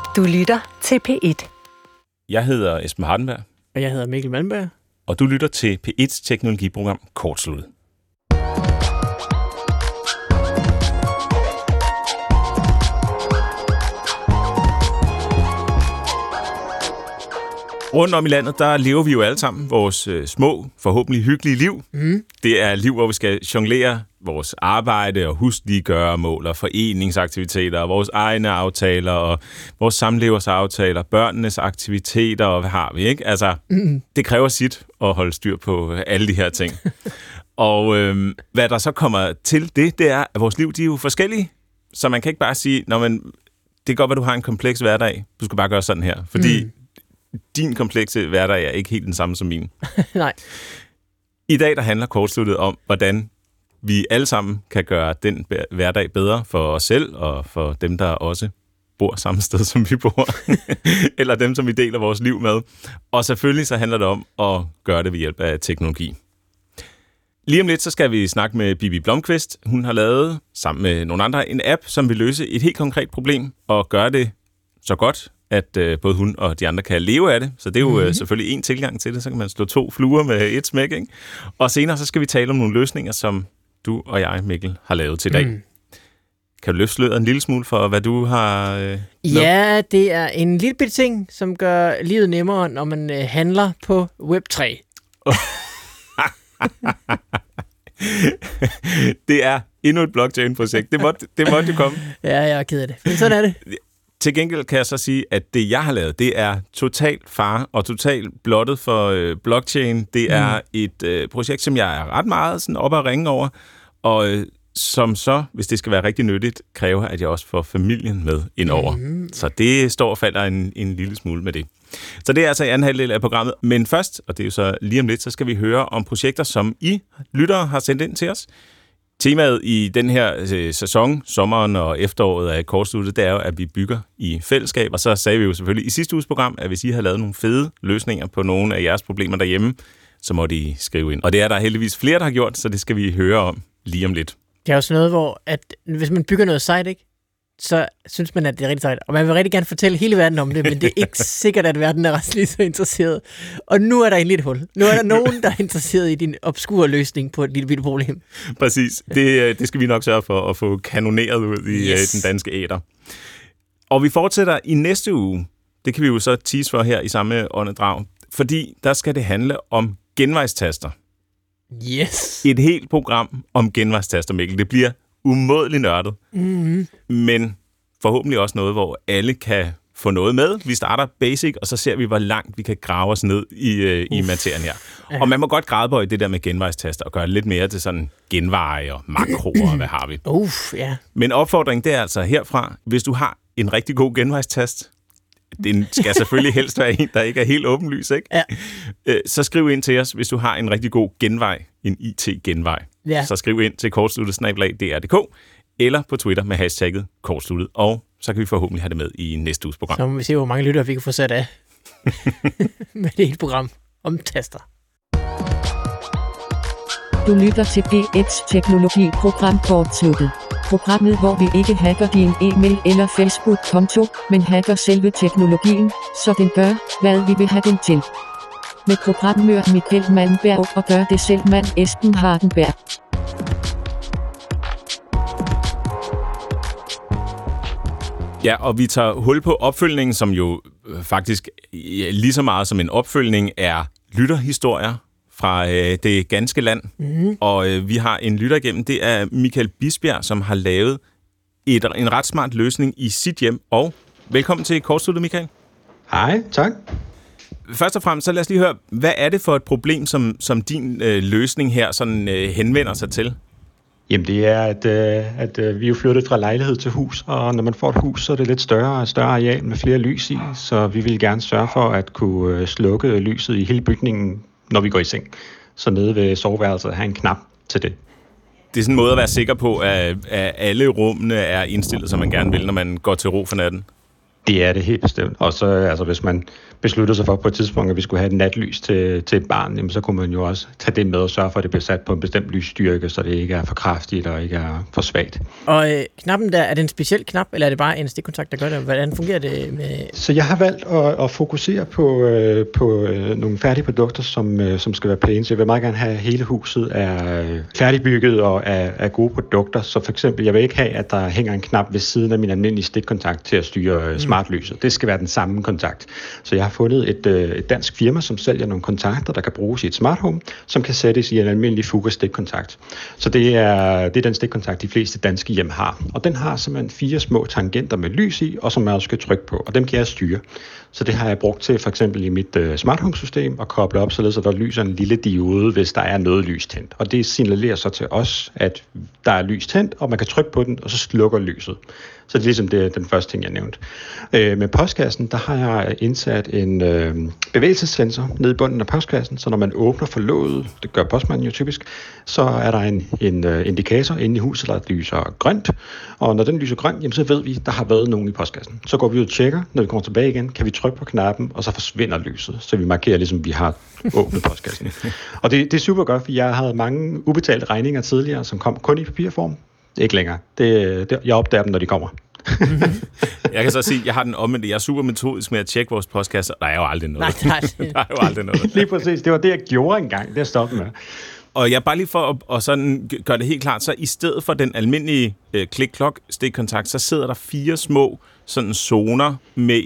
Du lytter til P1. Jeg hedder Esben Hardenberg. Og jeg hedder Mikkel Malmberg. Og du lytter til P1's teknologiprogram Kortsluttet. Rundt om i landet, der lever vi jo alle sammen vores små, forhåbentlig hyggelige liv. Det er liv, hvor vi skal jonglere vores arbejde og husliggøremål og foreningsaktiviteter og vores egne aftaler og vores samleversaftaler, børnenes aktiviteter og hvad har vi, ikke? Altså, det kræver sit at holde styr på alle de her ting. Og hvad der så kommer til det er, at vores liv, de er jo forskellige. Så man kan ikke bare sige, det kan godt være, du har en kompleks hverdag. Du skal bare gøre sådan her, fordi din komplekse hverdag er ikke helt den samme som min. Nej. I dag, der handler Kortsluttet om, hvordan vi alle sammen kan gøre den hverdag bedre for os selv, og for dem, der også bor samme sted, som vi bor. Eller dem, som vi deler vores liv med. Og selvfølgelig så handler det om at gøre det ved hjælp af teknologi. Lige om lidt, så skal vi snakke med Bibi Blomqvist. Hun har lavet, sammen med nogle andre, en app, som vil løse et helt konkret problem, og gøre det så godt, at både hun og de andre kan leve af det. Så det er jo selvfølgelig en tilgang til det. Så kan man slå 2 fluer med et smæk, ikke? Og senere så skal vi tale om nogle løsninger, som du og jeg, Mikkel, har lavet til i dag. Kan du løfte sløret en lille smule for, hvad du har Ja, det er en lille bitte ting, som gør livet nemmere, når man handler på Web3. Det er endnu et blockchain-projekt. Det måtte jo komme. Ja, jeg er ked af det. Men sådan er det. Til gengæld kan jeg så sige, at det, jeg har lavet, det er totalt fare og totalt blottet for blockchain. Det er et projekt, som jeg er ret meget sådan op at ringe over, og som så, hvis det skal være rigtig nyttigt, kræver, at jeg også får familien med indover. Så det står og falder en lille smule med det. Så det er altså i anden halvdel af programmet. Men først, og det er jo så lige om lidt, så skal vi høre om projekter, som I lyttere har sendt ind til os. Temaet i den her sæson, sommeren og efteråret af Kortsluttet, det er jo, at vi bygger i fællesskab. Og så sagde vi jo selvfølgelig i sidste uges program, at hvis I har lavet nogle fede løsninger på nogle af jeres problemer derhjemme, så må de skrive ind. Og det er der heldigvis flere, der har gjort, så det skal vi høre om lige om lidt. Det er jo sådan noget, hvor at hvis man bygger noget sejt, ikke, så synes man, at det er rigtig sejt. Og man vil rigtig gerne fortælle hele verden om det, men det er ikke sikkert, at verden er ret lige så interesseret. Og nu er der endelig et hul. Nu er der nogen, der er interesseret i din obskure løsning på et lille problem. Præcis. Det skal vi nok sørge for at få kanoneret ud i den danske æter. Og vi fortsætter i næste uge. Det kan vi jo så tease for her i samme åndedrag. Fordi der skal det handle om genvejstaster. Yes! Et helt program om genvejstaster, Mikkel. Det bliver umådeligt nørdet. Men forhåbentlig også noget, hvor alle kan få noget med. Vi starter basic, og så ser vi, hvor langt vi kan grave os ned i materien her. Ja. Og man må godt gradbøje det der med genvejstaster og gøre det lidt mere til sådan genveje og makroer, hvad har vi. Ja. Men opfordringen, det er altså herfra, hvis du har en rigtig god genvejstast, den skal selvfølgelig helst være en, der ikke er helt åbenlys, ikke? Ja. Så skriv ind til os, hvis du har en rigtig god genvej, en IT-genvej. Ja. Så skriv ind til kortsluttet@dr.dk eller på Twitter med hashtagget kortsluttet, og så kan vi forhåbentlig have det med i næste uges program. Så må vi se, hvor mange lyttere vi kan få sat af med det hele program om taster. Du lytter til P1's teknologiprogram Kortsluttet. Programmet, hvor vi ikke hacker din e-mail eller Facebook-konto, men hacker selve teknologien, så den gør, hvad vi vil have den til. Med programmør Mikkel Malmberg og gør det selv mand Esben Hardenberg. Ja, og vi tager hul på opfølgningen, som jo faktisk lige så meget som en opfølgning er lytterhistorier fra det ganske land. Og vi har en lytter igennem, det er Michael Bisbjerg, som har lavet en ret smart løsning i sit hjem. Og velkommen til Kortsluttet, Michael. Hej, tak. Først og fremmest, så lad os lige høre, hvad er det for et problem, som din løsning her sådan henvender sig til? Jamen det er, at vi er jo flyttet fra lejlighed til hus, og når man får et hus, så er det lidt større areal med flere lys i, så vi vil gerne sørge for at kunne slukke lyset i hele bygningen, når vi går i seng. Så nede ved soveværelset har en knap til det. Det er sådan en måde at være sikker på, at alle rummene er indstillet, som man gerne vil, når man går til ro for natten. Det er det helt bestemt. Og så hvis man besluttede sig for på et tidspunkt, at vi skulle have et natlys til et barn, jamen, så kunne man jo også tage det med og sørge for, at det bliver sat på en bestemt lysstyrke, så det ikke er for kraftigt og ikke er for svagt. Og knappen der, er det en speciel knap, eller er det bare en stikkontakt, der gør det? Hvordan fungerer det med... Så jeg har valgt at fokusere på nogle færdige produkter, som skal være pæne. Så jeg vil meget gerne have, at hele huset er færdigbygget og er gode produkter. Så for eksempel, jeg vil ikke have, at der hænger en knap ved siden af min almindelige stikkontakt til at styre smartlyset. Det skal være den samme kontakt. Så jeg har fundet et dansk firma, som sælger nogle kontakter, der kan bruges i et smart home, som kan sættes i en almindelig Fuga-stikkontakt. Så det er den stikkontakt, de fleste danske hjem har. Og den har simpelthen 4 små tangenter med lys i, og som man også skal trykke på, og dem kan jeg styre. Så det har jeg brugt til for eksempel i mit smart home system at koble op, således at der lyser en lille diode, hvis der er noget lys tændt. Og det signalerer så til os, at der er lys tændt, og man kan trykke på den, og så slukker lyset. Så det er ligesom den første ting, jeg nævnte. Med postkassen, der har jeg indsat en bevægelsessensor nede i bunden af postkassen, så når man åbner for låget, det gør postmanden jo typisk, så er der en indikator inde i huset, der lyser grønt. Og når den lyser grønt, jamen, så ved vi, der har været nogen i postkassen. Så går vi ud og tjekker, når vi kommer tilbage igen, kan vi trykke på knappen, og så forsvinder lyset. Så vi markerer ligesom, vi har åbnet postkassen. Og det er super godt, for jeg havde mange ubetalte regninger tidligere, som kom kun i papirform. Ikke længere. Jeg opdager dem, når de kommer. Jeg kan så sige, at jeg har den omvendte. Jeg er super metodisk med at tjekke vores postkasser. Der er jo aldrig noget. Nej. Der er jo aldrig noget. Lige præcis. Det var det, jeg gjorde engang. Det er stoppet med. Og jeg bare lige for at sådan gøre det helt klart, så i stedet for den almindelige klik-klok-stikkontakt, så sidder der 4 små sådan zoner med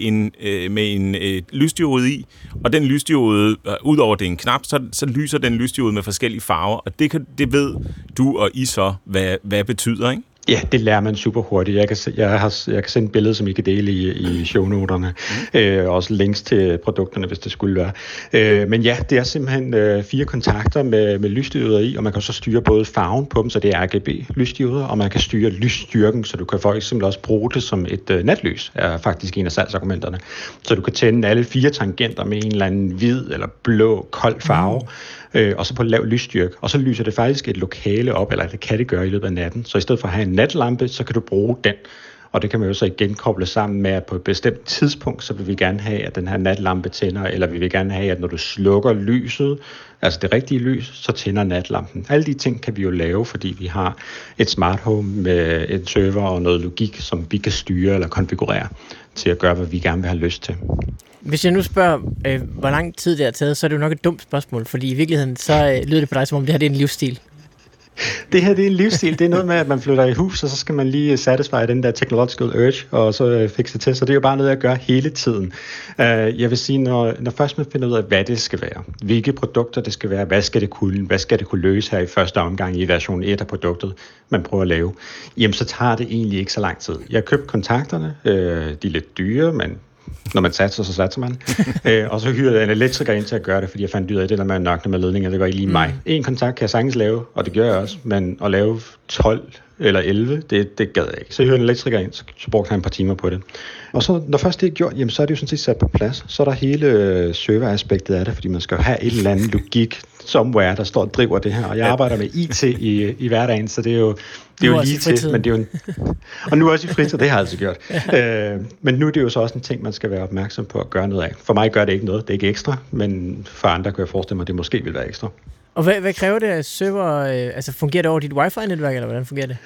en lysdiode i, og den lysdiode, udover det er en knap, så lyser den lysdiode med forskellige farver, og det ved du og I så, hvad betyder, ikke? Ja, det lærer man super hurtigt. Jeg kan sende et billede, som I kan dele i shownoterne. Også links til produkterne, hvis det skulle være. Men ja, det er simpelthen 4 kontakter med lysdioder i, og man kan så styre både farven på dem, så det er RGB-lysdioder, og man kan styre lysstyrken, så du kan for eksempel også bruge det som et natlys, er faktisk en af salgsargumenterne. Så du kan tænde alle 4 tangenter med en eller anden hvid eller blå, kold farve, og så på lav lysstyrke. Og så lyser det faktisk et lokale op, eller det kan det gøre i løbet af natten. Så i stedet for at have en natlampe, så kan du bruge den. Og det kan man jo så igen koble sammen med, at på et bestemt tidspunkt, så vil vi gerne have, at den her natlampe tænder, eller vi vil gerne have, at når du slukker lyset, altså det rigtige lys, så tænder natlampen. Alle de ting kan vi jo lave, fordi vi har et smart home med en server og noget logik, som vi kan styre eller konfigurere til at gøre, hvad vi gerne vil have lyst til. Hvis jeg nu spørger, hvor lang tid det har taget, så er det jo nok et dumt spørgsmål, fordi i virkeligheden, så lyder det på dig, som om det her det er en livsstil. Det her, det er en livsstil. Det er noget med, at man flytter i hus, og så skal man lige satisfy den der technological urge, og så fikse det til. Så det er jo bare noget, jeg gør hele tiden. Jeg vil sige, når først man finder ud af, hvad det skal være, hvilke produkter det skal være, hvad skal det kunne løse her i første omgang i version 1 af produktet, man prøver at lave, jamen så tager det egentlig ikke så lang tid. Jeg har købt kontakterne, de er lidt dyre, men når man satser, så satser man. Og så hyrede jeg en elektriker ind til at gøre det, fordi jeg fandt ud af, at det der med at nøgne med ledninger, det var ikke lige mig. En kontakt kan jeg sagtens lave, og det gør jeg også, men at lave 12 eller 11, det gad jeg ikke. Så hyrede en elektriker ind, så brugte han et par timer på det. Og så, når først det er gjort, jamen, så er det jo sådan set sat på plads. Så er der hele serveraspektet af det, fordi man skal have et eller andet logik, somewhere, der står og driver det her. Og jeg arbejder med IT i hverdagen, så det er jo lige til, men det er jo og nu også i fritid, det har jeg altid gjort. Men nu er det jo så også en ting, man skal være opmærksom på at gøre noget af. For mig gør det ikke noget, det er ikke ekstra, men for andre kan jeg forestille mig, at det måske vil være ekstra. Og hvad kræver det af server? Altså fungerer det over dit wifi-netværk, eller hvordan fungerer det?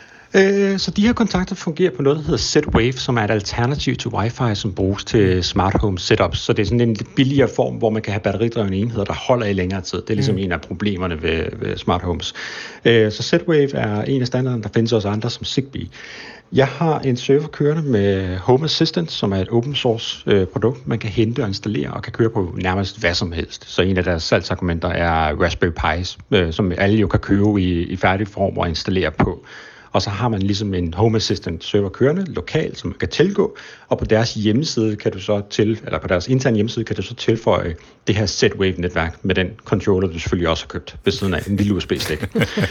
Så de her kontakter fungerer på noget, der hedder Z-Wave, som er et alternativ til Wi-Fi, som bruges til smart home setups. Så det er sådan en lidt billigere form, hvor man kan have batteridrevne enheder, der holder i længere tid. Det er ligesom en af problemerne ved smart homes. Så Z-Wave er en af standarderne, der findes også andre som Zigbee. Jeg har en server kørende med Home Assistant, som er et open source produkt, man kan hente og installere og kan køre på nærmest hvad som helst. Så en af deres salgsargumenter er Raspberry Pis, som alle jo kan købe i færdig form og installere på. Og så har man ligesom en Home Assistant server kørende lokalt, som man kan tilgå, og på deres hjemmeside kan du så eller på deres interne hjemmeside kan du så tilføje det her Z-Wave-netværk med den controller, du selvfølgelig også har købt ved siden af en lille USB-stik.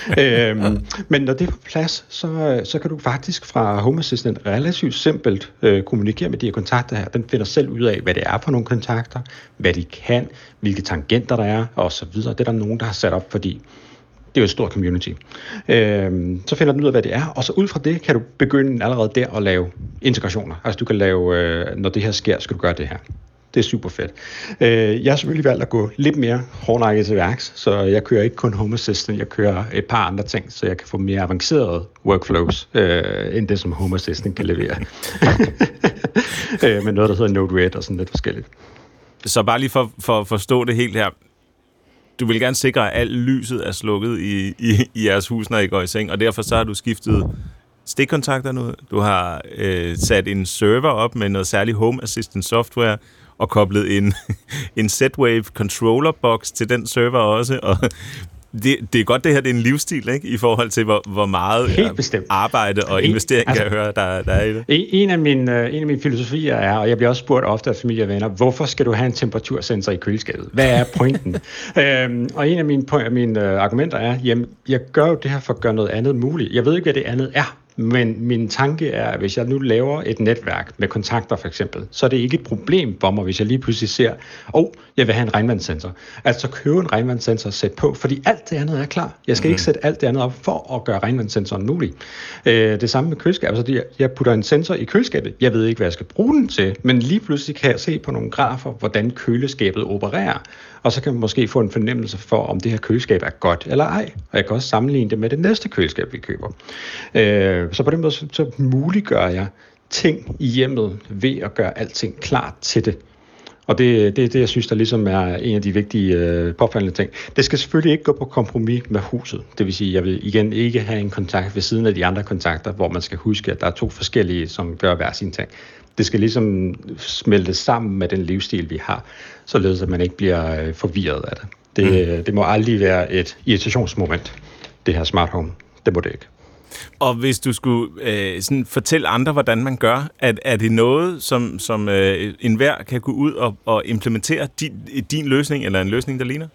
Men når det er på plads, så kan du faktisk fra Home Assistant relativt simpelt kommunikere med de her kontakter her. Den finder selv ud af, hvad det er for nogle kontakter, hvad de kan, hvilke tangenter der er, og så videre. Det er der nogen, der har sat op, fordi det er jo et stort community. Så finder den ud af, hvad det er, og så ud fra det kan du begynde allerede der at lave integrationer. Altså du kan lave, når det her sker, skal du gøre det her. Det er super fedt. Jeg har selvfølgelig valgt at gå lidt mere hårdnakket til værks, så jeg kører ikke kun Home Assistant, jeg kører et par andre ting, så jeg kan få mere avancerede workflows, end det, som Home Assistant kan levere. Med noget, der hedder Node-RED og sådan lidt forskelligt. Så bare lige for at forstå det helt her. Du vil gerne sikre, at alt lyset er slukket i jeres hus, når I går i seng, og derfor så har du skiftet stikkontakter nu. Du har sat en server op med noget særlig Home Assistant software, og koblet en Z-Wave controller box til den server også, og det er godt, det her det er en livsstil, ikke? I forhold til, hvor meget arbejde og investering, kan jeg høre, der er i det. En af mine filosofier er, og jeg bliver også spurgt ofte af familie og venner, hvorfor skal du have en temperatursensor i køleskabet? Hvad er pointen? Og en af mine argumenter er, jamen, jeg gør jo det her for at gøre noget andet muligt. Jeg ved ikke, hvad det andet er. Men min tanke er, at hvis jeg nu laver et netværk med kontakter for eksempel, så er det ikke et problem for mig, hvis jeg lige pludselig ser, jeg vil have en regnvandssensor. Altså købe en regnvandssensor og sætte på, fordi alt det andet er klar. Jeg skal ikke sætte alt det andet op for at gøre regnvandssensoren mulig. Det samme med køleskabet. Altså jeg putter en sensor i køleskabet. Jeg ved ikke, hvad jeg skal bruge den til, men lige pludselig kan jeg se på nogle grafer, hvordan køleskabet opererer. Og så kan man måske få en fornemmelse for, om det her køleskab er godt eller ej. Og jeg kan også sammenligne det med det næste køleskab, vi køber. Så på den måde, så muliggør jeg ting i hjemmet ved at gøre alting klart til det. Og det er det, jeg synes, der ligesom er en af de vigtige påfaldende ting. Det skal selvfølgelig ikke gå på kompromis med huset. Det vil sige, jeg vil igen ikke have en kontakt ved siden af de andre kontakter, hvor man skal huske, at der er 2 forskellige, som gør hver sin ting. Det skal ligesom smelte sammen med den livsstil, vi har, således at man ikke bliver forvirret af det. Det må aldrig være et irritationsmoment, det her smart home. Det må det ikke. Og hvis du skulle sådan fortælle andre, hvordan man gør, er det noget, som enhver kan gå ud og implementere din løsning, eller en løsning, der ligner?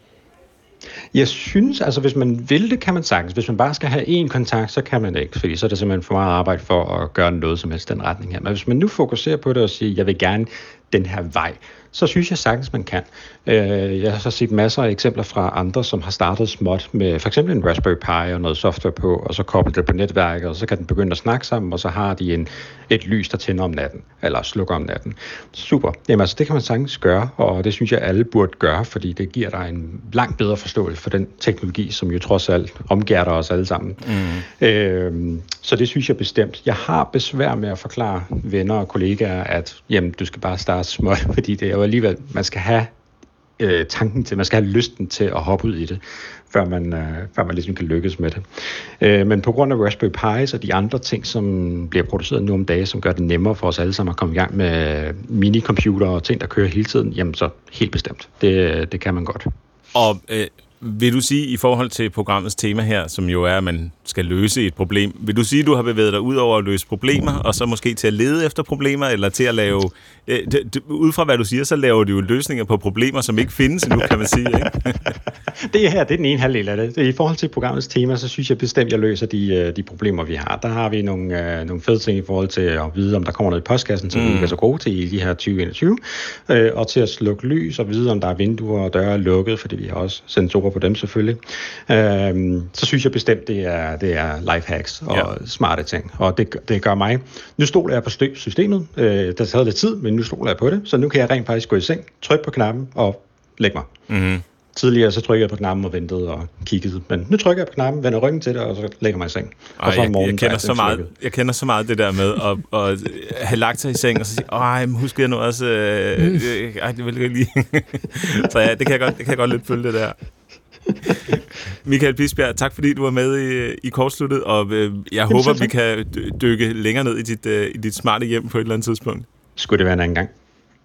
Jeg synes, altså hvis man vil det, kan man sagtens. Hvis man bare skal have én kontakt, så kan man ikke, fordi så er det simpelthen for meget arbejde for at gøre noget som helst den retning her. Men hvis man nu fokuserer på det og siger, jeg vil gerne den her vej, så synes jeg sagtens, man kan. Jeg har så set masser af eksempler fra andre, som har startet småt med for eksempel en Raspberry Pi og noget software på, og så koblet det på netværket, og så kan den begynde at snakke sammen, og så har de et lys, der tænder om natten, eller slukker om natten. Super. Jamen altså, det kan man sagtens gøre, og det synes jeg, alle burde gøre, fordi det giver dig en langt bedre forståelse for den teknologi, som jo trods alt omgærder os alle sammen. Så det synes jeg bestemt. Jeg har besvær med at forklare venner og kollegaer, at jamen, du skal bare starte småt, fordi det er jo alligevel, man skal have tanken til, man skal have lysten til at hoppe ud i det, før man ligesom kan lykkes med det. Men på grund af Raspberry Pi og de andre ting, som bliver produceret nu om dagen, som gør det nemmere for os alle sammen at komme i gang med minicomputer og ting, der kører hele tiden, jamen så helt bestemt. Det kan man godt. Og vil du sige, i forhold til programmets tema her, som jo er, at man skal løse et problem, vil du sige, at du har bevæget dig ud over at løse problemer, og så måske til at lede efter problemer, eller til at lave, ud fra hvad du siger, så laver du jo løsninger på problemer, som ikke findes endnu, kan man sige, ikke? Det er den ene halvdel af det. I forhold til programmets tema, så synes jeg bestemt, jeg løser de problemer, vi har. Der har vi nogle fede ting i forhold til at vide, om der kommer noget i postkassen, som vi ikke er så gode til i de her 2021, og til at slukke lys og vide, om der er vinduer og døre lukket, fordi vi har også sensorer på dem selvfølgelig. Så synes jeg bestemt, det er life hacks og smarte ting. Og det gør mig. Nu stoler jeg på systemet. Der taget lidt tid, men nu stoler jeg på det. Så nu kan jeg rent faktisk gå i seng, trykke på knappen og lægge mig. Mm-hmm. Tidligere så trykkede jeg på knappen og ventede og kiggede. Men nu trykker jeg på knappen, vender ryggen til det, og så lægger mig i seng. Og så jeg kender så meget det der med at have lagt sig i seng, og så sige, husk jeg nu også... det vil jeg lige... Så ja, det kan jeg godt lidt følge det der. Michael Bisbjerg, tak fordi du var med i Kortsluttet, og jeg håber, vi kan dykke længere ned i dit smarte hjem på et eller andet tidspunkt. Skulle det være en anden gang.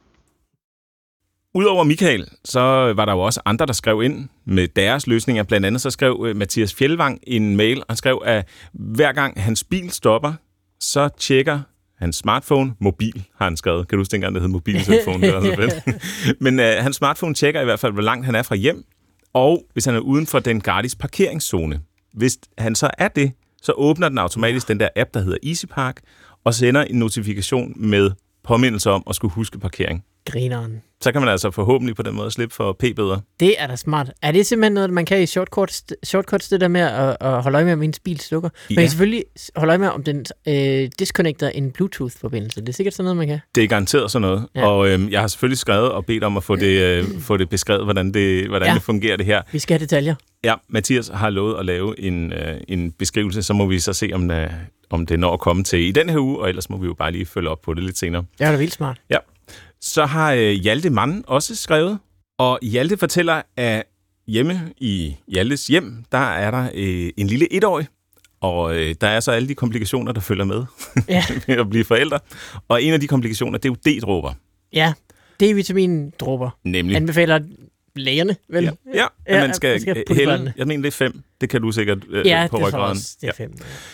Udover Michael, så var der jo også andre, der skrev ind med deres løsninger. Blandt andet så skrev Mathias Fjeldvang en mail. Han skrev, at hver gang hans bil stopper, så tjekker hans smartphone, mobil har han skrevet. Kan du huske dengang, det hed mobiltelefon? Det var så fedt. Men hans smartphone tjekker i hvert fald, hvor langt han er fra hjem, og hvis han er uden for den gratis parkeringszone. Hvis han så er det, så åbner den automatisk den der app, der hedder EasyPark, og sender en notifikation med påmindelse om at skulle huske parkering. Grineren. Så kan man altså forhåbentlig på den måde slippe for p-bøder. Det er da smart. Er det simpelthen noget, man kan i shortcuts det der med at holde øje med, om ens bil slukker? Ja. Man kan selvfølgelig holde øje med, om den disconnecter en Bluetooth-forbindelse. Det er sikkert sådan noget, man kan. Det er garanteret sådan noget. Ja. Og jeg har selvfølgelig skrevet og bedt om at få det beskrevet, hvordan det fungerer det her. Vi skal have detaljer. Ja, Mathias har lovet at lave en beskrivelse, så må vi så se, om det når at komme til i den her uge, og ellers må vi jo bare lige følge op på det lidt senere. Ja, det er vildt smart. Ja. Så har Hjalte Mann også skrevet, og Hjalte fortæller, at hjemme i Hjaltes hjem, der er der en lille 1-årig, og der er så alle de komplikationer, der følger med med at blive forældre. Og en af de komplikationer, det er jo D-dråber. Ja, D-vitamin-dråber. Nemlig. Anbefaler lægerne, vel? Ja, at man skal hælde. Jeg mener, det er 5. Det kan du sikkert på ryggraden. Det er 5.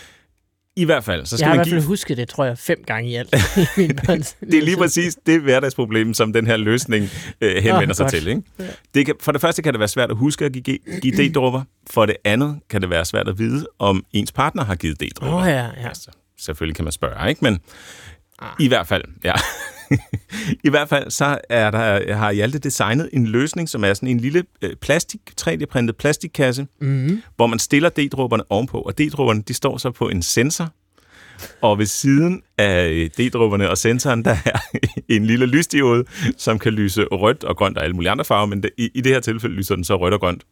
I hvert fald, så skal jeg har man i hvert fald husket det, tror jeg, 5 gange i alt. Det er lige præcis det hverdagsproblem, som den her løsning henvender sig til. Ikke? Ja. For det første kan det være svært at huske at give D-dråber. For det andet kan det være svært at vide, om ens partner har givet D-dråber. Ja. Altså, selvfølgelig kan man spørge, ikke? Men i hvert fald, ja. I hvert fald, så har Hjalte designet en løsning, som er sådan en lille 3D-printet plastikkasse, hvor man stiller D-dråberne ovenpå, og D-dråberne, de står så på en sensor, og ved siden af D-dråberne og sensoren, der er en lille lysdiode, som kan lyse rødt og grønt og alle mulige andre farver, men i det her tilfælde lyser den så rødt og grønt.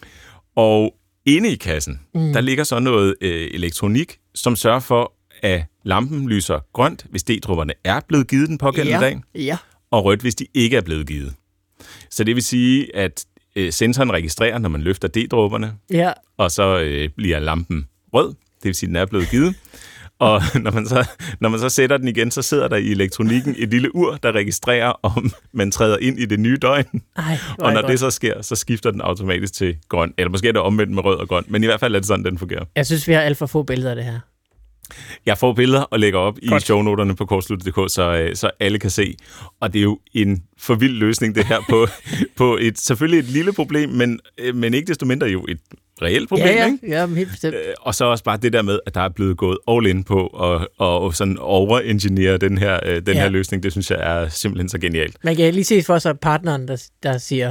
Og inde i kassen, der ligger så noget elektronik, som sørger for, at lampen lyser grønt, hvis D-dråberne er blevet givet den pågældende dag, og rødt, hvis de ikke er blevet givet. Så det vil sige, at sensoren registrerer, når man løfter D-dråberne, og så bliver lampen rød, det vil sige, at den er blevet givet. Og når man så sætter den igen, så sidder der i elektronikken et lille ur, der registrerer, om man træder ind i det nye døgn. Og når det så sker, så skifter den automatisk til grøn. Eller måske er det omvendt med rød og grøn, men i hvert fald er det sådan, den fungerer. Jeg synes, vi har alt for få billeder af det her. Jeg får billeder og lægger op i shownoterne på kortsluttet.dk, så alle kan se. Og det er jo en for vild løsning, det her, på selvfølgelig et lille problem, men ikke desto mindre jo et reelt problem, ikke? Ja, helt bestemt. Og så også bare det der med, at der er blevet gået all in på og sådan over-engineere den her løsning. Det synes jeg er simpelthen så genialt. Man kan lige se for sig partneren, der siger,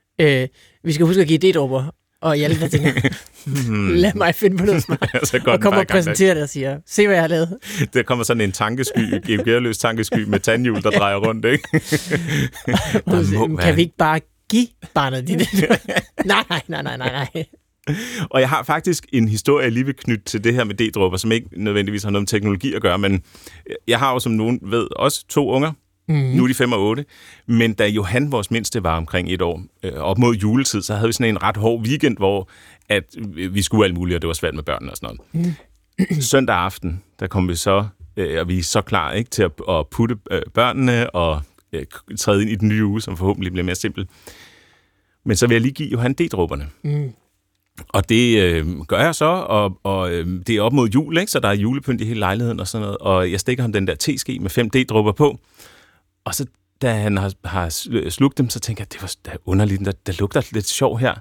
vi skal huske at give D-dråber. Og Hjalte, der tænker, lad mig finde på noget smart. Og kommer og præsenterer det og siger, se hvad jeg har lavet. Der kommer sådan en tankesky, gearløs tankesky med tandhjul, der drejer rundt, ikke? Kan vi ikke bare give barnet dit? Nej. Og jeg har faktisk en historie, jeg lige vil knytte til det her med D-dråber, som ikke nødvendigvis har noget med teknologi at gøre, men jeg har jo, som nogen ved, også 2 unger. Nu er de 5 og 8. Men da Johan, vores mindste, var omkring 1 år, op mod juletid, så havde vi sådan en ret hård weekend, hvor at vi skulle alt muligt, og det var svært med børnene og sådan noget. Søndag aften, der kom vi så, og vi er så klar ikke, til at putte børnene og træde ind i den nye uge, som forhåbentlig bliver mere simpel. Men så vil jeg lige give Johan D-dråberne. Og det gør jeg så, og det er op mod jul, ikke? Så der er julepynt i hele lejligheden og sådan noget, og jeg stikker ham den der teske med 5 D-dråber på, og så da han har slugt dem, så tænker jeg, det var da underligt, der lugter lidt sjov her.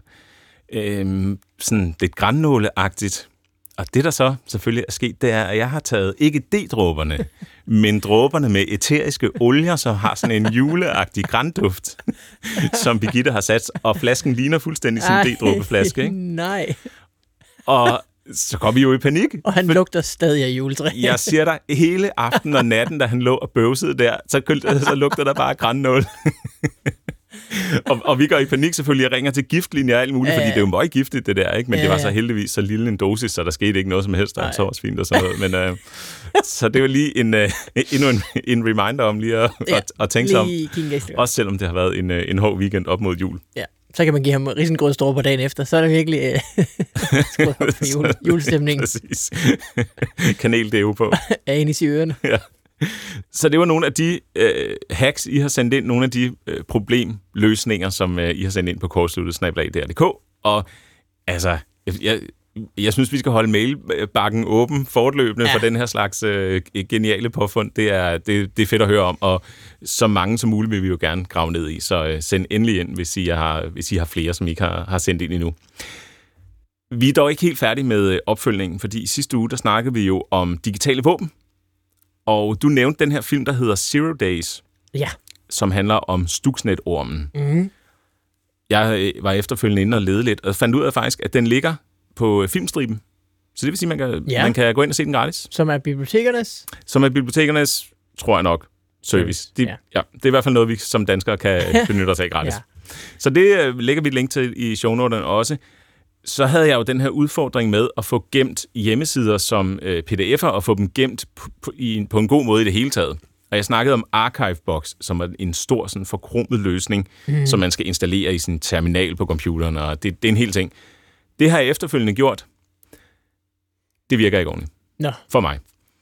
Sådan lidt grannåleagtigt. Og det, der så selvfølgelig er sket, det er, at jeg har taget ikke D-dråberne, men dråberne med æteriske olier, som har sådan en juleagtig granduft, som Birgitte har sat, og flasken ligner fuldstændig sin D-dråbeflaske, ikke? Nej. Og så kom vi jo i panik. Og han lugter stadig af juletræ. Jeg siger dig, hele aftenen og natten, da han lå og bøvsede der, så lugter der bare grannål. og vi går i panik selvfølgelig. Jeg ringer til giftlinjer og alt muligt, fordi det er jo meget giftigt, det der, ikke? Men det var så heldigvis så lille en dosis, så der skete ikke noget som helst. Der var så også fint og sådan noget. Men, så det var lige endnu en reminder om lige at tænke sig om. Også selvom det har været en hård weekend op mod jul. Ja. Så kan man give ham risengrødstrå på dagen efter. Så er det virkelig skruet op for julestemningen. Præcis. Kanel-deo på. Er inde i ørerne. Ja. Så det var nogle af de hacks, I har sendt ind. Nogle af de problemløsninger, som I har sendt ind på kortsluttet@dr.dk. Og altså, jeg synes, vi skal holde mailbakken åben fortløbende for den her slags geniale påfund. Det er fedt at høre om, og så mange som muligt vil vi jo gerne grave ned i. Så send endelig ind, hvis I har flere, som I ikke har sendt ind endnu. Vi er dog ikke helt færdige med opfølgningen, fordi i sidste uge, der snakkede vi jo om digitale våben. Og du nævnte den her film, der hedder Zero Days. Ja. som handler om Stuxnet-ormen. Jeg var efterfølgende inde og lede lidt, og fandt ud af faktisk, at den ligger på Filmstriben. Så det vil sige, at man kan gå ind og se den gratis. Som er bibliotekernes? Som er bibliotekernes, tror jeg nok, service. Det er i hvert fald noget, vi som danskere kan benytte os af gratis. Så det lægger vi et link til i shownoterne også. Så havde jeg jo den her udfordring med at få gemt hjemmesider som pdf'er, og få dem gemt på en god måde i det hele taget. Og jeg snakkede om Archivebox, som er en stor, sådan forkromet løsning, som man skal installere i sin terminal på computeren, og det er en hel ting. Det har jeg efterfølgende gjort. Det virker ikke ordentligt. For mig.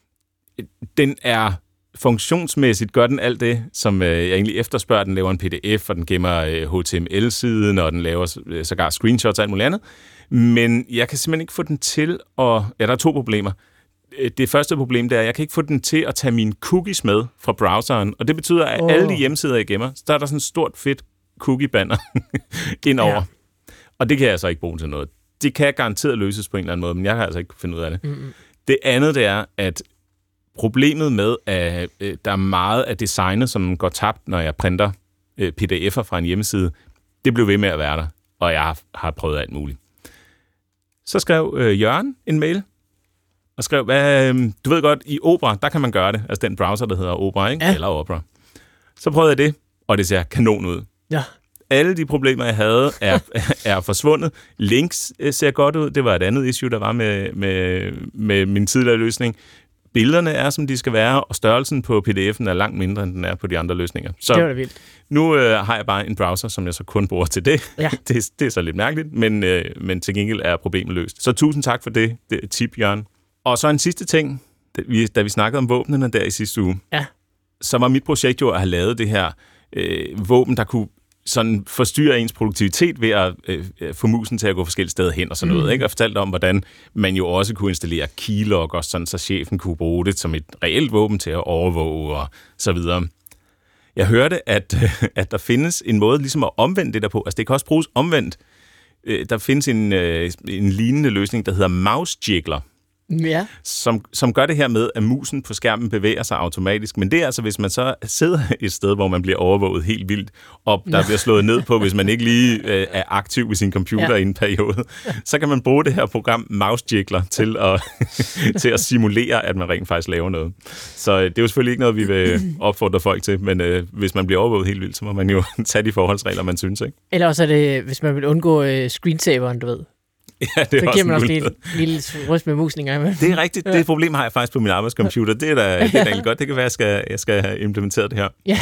Den er funktionsmæssigt, gør den alt det, som jeg egentlig efterspørger. Den laver en pdf, og den gemmer HTML-siden, og den laver sågar screenshots og alt muligt andet. Men jeg kan simpelthen ikke få den til at... Ja, der er 2 problemer. Det første problem, det er, at jeg kan ikke få den til at tage mine cookies med fra browseren, og det betyder, at alle de hjemmesider, jeg gemmer, så er der sådan et stort, fedt cookie-banner indover. Ja. Og det kan jeg så ikke bruge til noget. Det kan garanteret løses på en eller anden måde, men jeg har altså ikke fundet ud af det. Det andet, det er, at problemet med, at der er meget af designet, som går tabt, når jeg printer pdf'er fra en hjemmeside, det blev ved med at være der, og jeg har prøvet alt muligt. Så skrev Jørgen en mail, og skrev, du ved godt, i Opera, der kan man gøre det. Altså den browser, der hedder Opera, ikke? Ja. Eller Opera. Så prøvede jeg det, og det ser kanon ud. Ja. Alle de problemer, jeg havde, er forsvundet. Links ser godt ud. Det var et andet issue, der var med min tidligere løsning. Billederne er, som de skal være, og størrelsen på pdf'en er langt mindre, end den er på de andre løsninger. Så det var da vildt. Nu har jeg bare en browser, som jeg så kun bruger til det. Ja. Det er så lidt mærkeligt, men til gengæld er problemet løst. Så tusind tak for det tip, Jørgen. Og så en sidste ting, da vi snakkede om våbnene der i sidste uge, så var mit projekt jo at have lavet det her våben, der kunne sådan forstyrre ens produktivitet ved at få musen til at gå forskellige steder hen og sådan noget. Ikke? Og fortalte om, hvordan man jo også kunne installere keylogger, sådan så chefen kunne bruge det som et reelt våben til at overvåge og så videre. Jeg hørte, at der findes en måde ligesom at omvende det der på. Altså det kan også bruges omvendt. Der findes en lignende løsning, der hedder mouse jiggler. Ja. Som gør det her med, at musen på skærmen bevæger sig automatisk. Men det er altså, hvis man så sidder et sted, hvor man bliver overvåget helt vildt, og der bliver slået ned på, hvis man ikke lige er aktiv ved sin computer i en periode, så kan man bruge det her program Mouse Jiggler til at simulere, at man rent faktisk laver noget. Så det er jo selvfølgelig ikke noget, vi vil opfordre folk til, men hvis man bliver overvåget helt vildt, så må man jo tage de forholdsregler, man synes, ikke? Eller også er det, hvis man vil undgå screensaveren, du ved. Ja, det er så giver man også lige en lille ryst med musen engang. Det er rigtigt. Det problem har jeg faktisk på min arbejdscomputer. Det er da egentlig godt. Det kan være, at jeg skal have implementeret det her. Ja.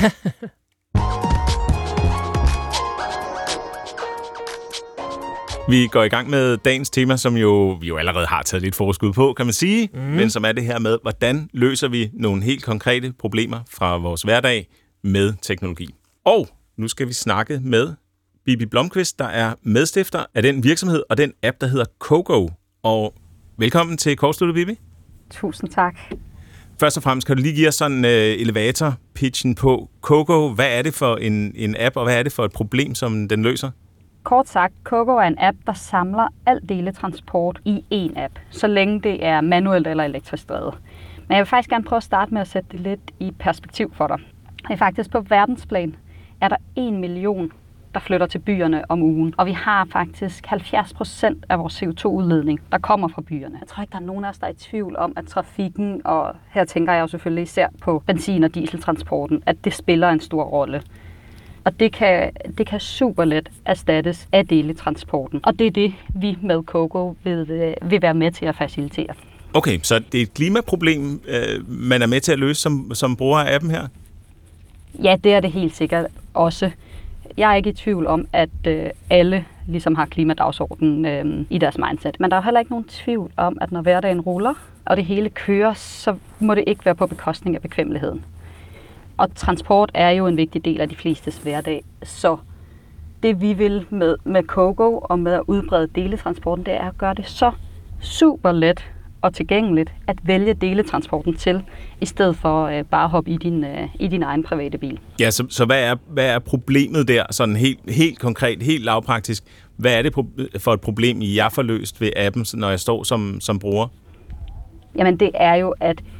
Vi går i gang med dagens tema, som vi jo allerede har taget lidt forskud på, kan man sige. Men som er det her med, hvordan løser vi nogle helt konkrete problemer fra vores hverdag med teknologi. Og nu skal vi snakke med Bibi Blomqvist, der er medstifter af den virksomhed og den app, der hedder Kogo. Og velkommen til Kortsluttet, Bibi. Tusind tak. Først og fremmest, kan du lige give os sådan elevator-pitchen på Kogo. Hvad er det for en app, og hvad er det for et problem, som den løser? Kort sagt, Kogo er en app, der samler al deletransport i én app, så længe det er manuelt eller elektrisk drevet. Men jeg vil faktisk gerne prøve at starte med at sætte det lidt i perspektiv for dig. Det er faktisk på verdensplan, er der 1 million der flytter til byerne om ugen. Og vi har faktisk 70% af vores CO2-udledning, der kommer fra byerne. Jeg tror ikke, der er nogen af os, der er i tvivl om, at trafikken, og her tænker jeg jo selvfølgelig især på benzin- og dieseltransporten, at det spiller en stor rolle. Og det kan super let erstattes af deletransporten. Og det er det, vi med Kogo vil være med til at facilitere. Okay, så det er et klimaproblem, man er med til at løse som bruger af appen her? Ja, det er det helt sikkert også. Jeg er ikke i tvivl om, at alle ligesom har klimadagsordenen i deres mindset. Men der er heller ikke nogen tvivl om, at når hverdagen ruller, og det hele kører, så må det ikke være på bekostning af bekvemmeligheden. Og transport er jo en vigtig del af de flestes hverdag. Så det vi vil med Kogo og med at udbrede deletransporten, det er at gøre det så super let og tilgængeligt at vælge deletransporten til, i stedet for bare at hoppe i din egen private bil. Ja, så hvad er problemet der, sådan helt konkret, helt lavpraktisk? Hvad er det for et problem, jeg får løst ved appen, når jeg står som bruger? Jamen det er jo, at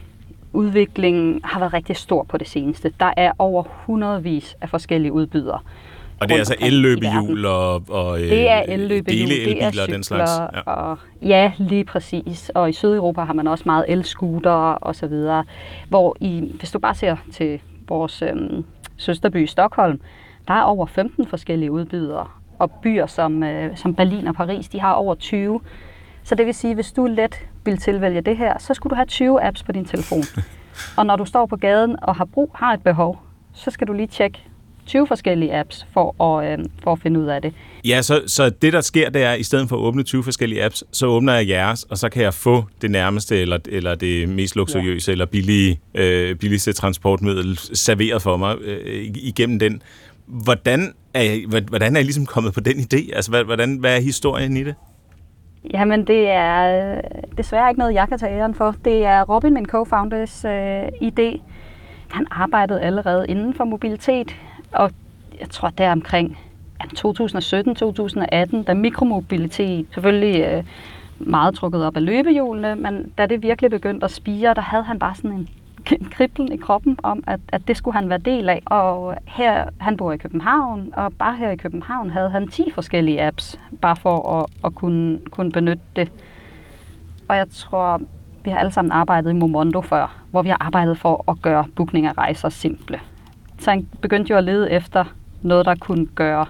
udviklingen har været rigtig stor på det seneste. Der er over hundredvis af forskellige udbydere. Og det er altså elløbehjul og det er elløbehjul, deleelbiler det er og den slags. Ja. Og ja, lige præcis. Og i Sydeuropa har man også meget elscootere og så videre. Hvor hvis du bare ser til vores søsterby Stockholm, der er over 15 forskellige udbydere. Og byer som Berlin og Paris, de har over 20. Så det vil sige, hvis du let vil tilvælge det her, så skulle du have 20 apps på din telefon. Og når du står på gaden og har et behov, så skal du lige tjekke 20 forskellige apps for at finde ud af det. Ja, så det der sker, det er, at i stedet for at åbne 20 forskellige apps, så åbner jeg jeres, og så kan jeg få det nærmeste, eller det mest luksuriøse, eller billigste transportmiddel serveret for mig igennem den. Hvordan er I ligesom kommet på den idé? Altså, hvad er historien i det? Jamen, det er desværre ikke noget, jeg kan tage æren for. Det er Robin, min co-founders idé. Han arbejdede allerede inden for mobilitet, og jeg tror, det er omkring 2017-2018, da mikromobilitet selvfølgelig meget trukket op af løbehjulene, men da det virkelig begyndte at spire, der havde han bare sådan en kriblen i kroppen om, at det skulle han være del af. Og her, han bor i København, og bare her i København havde han 10 forskellige apps, bare for at kunne benytte det. Og jeg tror, vi har alle sammen arbejdet i Momondo før, hvor vi har arbejdet for at gøre booking af rejser simple. Så han begyndte jo at lede efter noget, der kunne gøre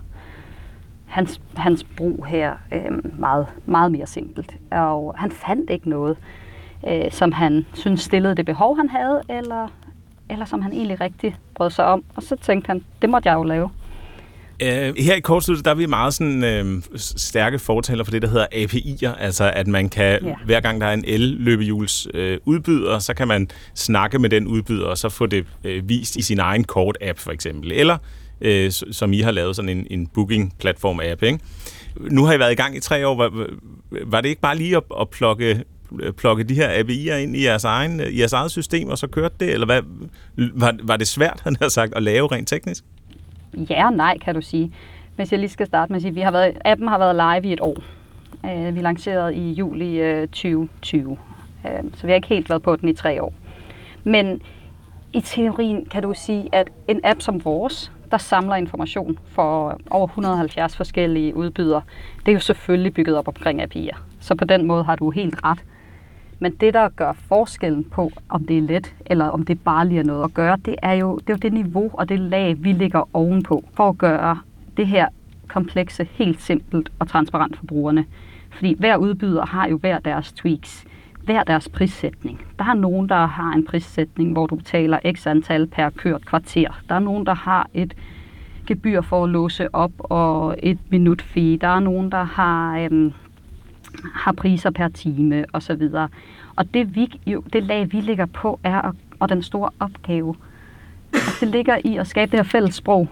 hans brug her meget, meget mere simpelt. Og han fandt ikke noget, som han synes stillede det behov, han havde, eller som han egentlig rigtig brød sig om. Og så tænkte han, det måtte jeg jo lave. Her i Kortsluttet, der er vi meget sådan, stærke fortaler for det, der hedder API'er. Altså, at man kan, hver gang der er en el-løbehjuls udbyder, så kan man snakke med den udbyder, og så få det vist i sin egen kort-app, for eksempel. Eller, som I har lavet, sådan en booking-platform-app, ikke? Nu har I været i gang i 3 år. Var det ikke bare lige at plukke de her API'er ind i jeres eget system, og så kørte det? Eller hvad? Var det svært, han har sagt, at lave rent teknisk? Ja og nej, kan du sige. Hvis jeg lige skal starte med at sige, appen har været live i et år. Vi lancerede i juli 2020, så vi har ikke helt været på den i 3 år. Men i teorien kan du sige, at en app som vores, der samler information for over 170 forskellige udbydere, det er jo selvfølgelig bygget op omkring API'er. Så på den måde har du helt ret. Men det, der gør forskellen på, om det er let, eller om det bare lige er noget at gøre, det er jo det niveau og det lag, vi ligger ovenpå, for at gøre det her komplekse helt simpelt og transparent for brugerne. Fordi hver udbyder har jo hver deres tweaks, hver deres prissætning. Der er nogen, der har en prissætning, hvor du betaler x antal per kørt kvarter. Der er nogen, der har et gebyr for at låse op og et minut fee. Der er nogen, der har priser per time og så videre. Og det lag, vi ligger på, og den store opgave, det ligger i at skabe det her fælles sprog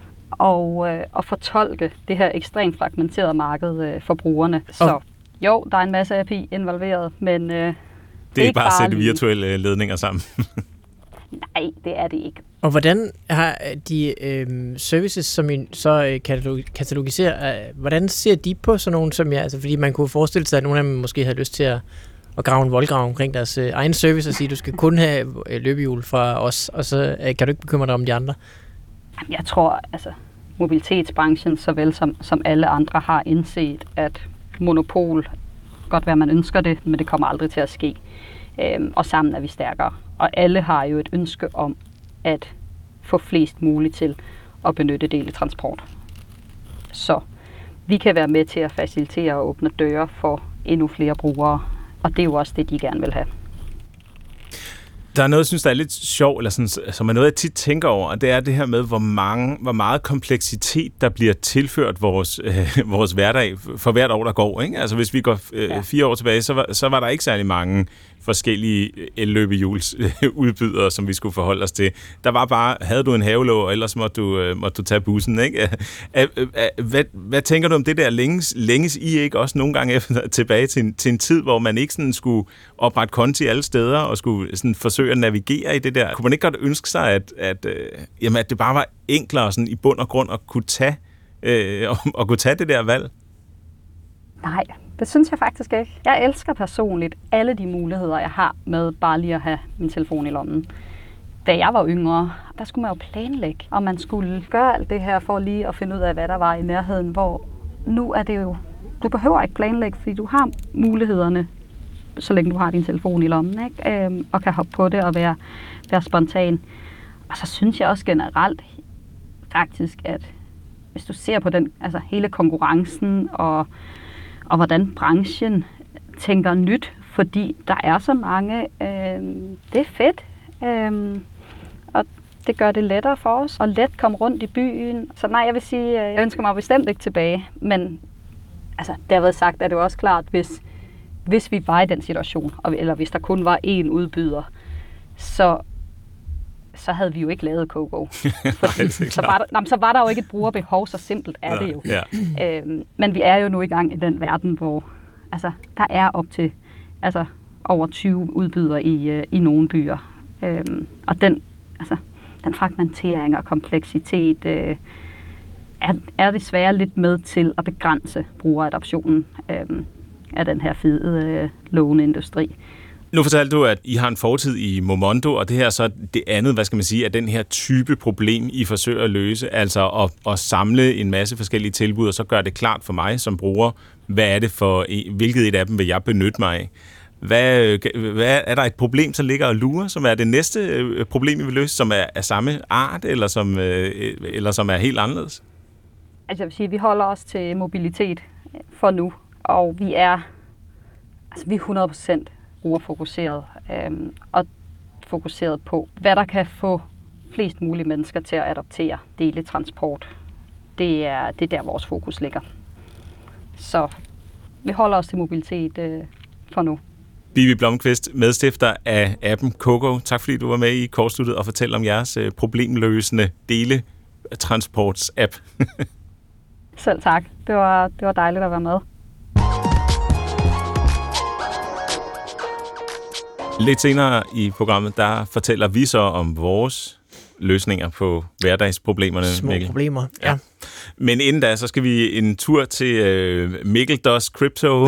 og fortolke det her ekstremt fragmenterede marked for brugerne. Så jo, der er en masse API involveret, men det er ikke bare at sætte virtuelle ledninger sammen. Nej, det er det ikke. Og hvordan har de services, som I så katalogiserer, hvordan ser de på sådan nogen som jer? Altså, fordi man kunne forestille sig, at nogle af dem måske havde lyst til at grave en voldgrav omkring deres egen service og sige, at du skal kun have løbehjul fra os, og så kan du ikke bekymre dig om de andre? Jeg tror, altså mobilitetsbranchen, såvel som alle andre, har indset, at monopol, godt være man ønsker det, men det kommer aldrig til at ske. Og sammen er vi stærkere. Og alle har jo et ønske om at få flest muligt til at benytte deletransport. Så vi kan være med til at facilitere og åbne døre for endnu flere brugere, og det er jo også det, de gerne vil have. Der er noget, jeg synes, der er lidt sjovt, eller sådan, som er noget, jeg tit tænker over, og det er det her med, hvor meget kompleksitet, der bliver tilført vores hverdag for hvert år, der går. Ikke? Altså, hvis vi går 4 år tilbage, så var der ikke særlig mange forskellige elløbehjuls udbydere, som vi skulle forholde os til. Der var bare, havde du en havelåg, og ellers måtte du tage bussen. Ikke? Hvad tænker du om det der? Længes I ikke også nogle gange tilbage til en tid, hvor man ikke sådan skulle oprette konti alle steder, og skulle sådan forsøge at navigere i det der? Kunne man ikke godt ønske sig, at det bare var enklere sådan, i bund og grund at kunne tage det der valg? Nej, Det synes jeg faktisk ikke. Jeg elsker personligt alle de muligheder, jeg har med bare lige at have min telefon i lommen. Da jeg var yngre, der skulle man jo planlægge, og man skulle gøre alt det her for lige at finde ud af, hvad der var i nærheden, hvor nu er det jo, du behøver ikke planlægge, fordi du har mulighederne, så længe du har din telefon i lommen, ikke? Og kan hoppe på det og være spontan. Og så synes jeg også generelt faktisk, at hvis du ser på den, altså hele konkurrencen og hvordan branchen tænker nyt, fordi der er så mange, det er fedt, og det gør det lettere for os, og let komme rundt i byen. Så nej, jeg vil sige, jeg ønsker mig bestemt ikke tilbage, men altså, det har været sagt, at det er også klart, hvis vi var i den situation, eller hvis der kun var én udbyder, så havde vi jo ikke lavet Kogo. Så var der jo ikke et brugerbehov, så simpelt er det jo. Ja. Men vi er jo nu i gang i den verden, hvor altså, der er op til over 20 udbydere i nogle byer. Og den fragmentering og kompleksitet er desværre lidt med til at begrænse brugeradoptionen af den her fede låneindustri. Nu fortalte du, at I har en fortid i Momondo, og det her så det andet, hvad skal man sige, er den her type problem, I forsøger at løse, altså at samle en masse forskellige tilbud, og så gør det klart for mig som bruger, hvad er det for, hvilket et af dem vil jeg benytte mig af. Hvad er der et problem, der ligger og lurer, som er det næste problem, I vil løse, som er af samme art, eller som er helt anderledes? Altså jeg vil sige, at vi holder os til mobilitet for nu, og vi er 100% brugerfokuseret og fokuseret på, hvad der kan få flest mulige mennesker til at adoptere deletransport. Det er der, vores fokus ligger. Så vi holder os til mobilitet for nu. Bibi Blomqvist, medstifter af appen Kogo. Tak fordi du var med i Kortsluttet og fortælle om jeres problemløsende deletransports-app. Selv tak. Det var dejligt at være med. Lidt senere i programmet, der fortæller vi så om vores løsninger på hverdagsproblemerne. Små Mikkel. Problemer, ja. Men inden da, så skal vi en tur til Mikkel Does Crypto.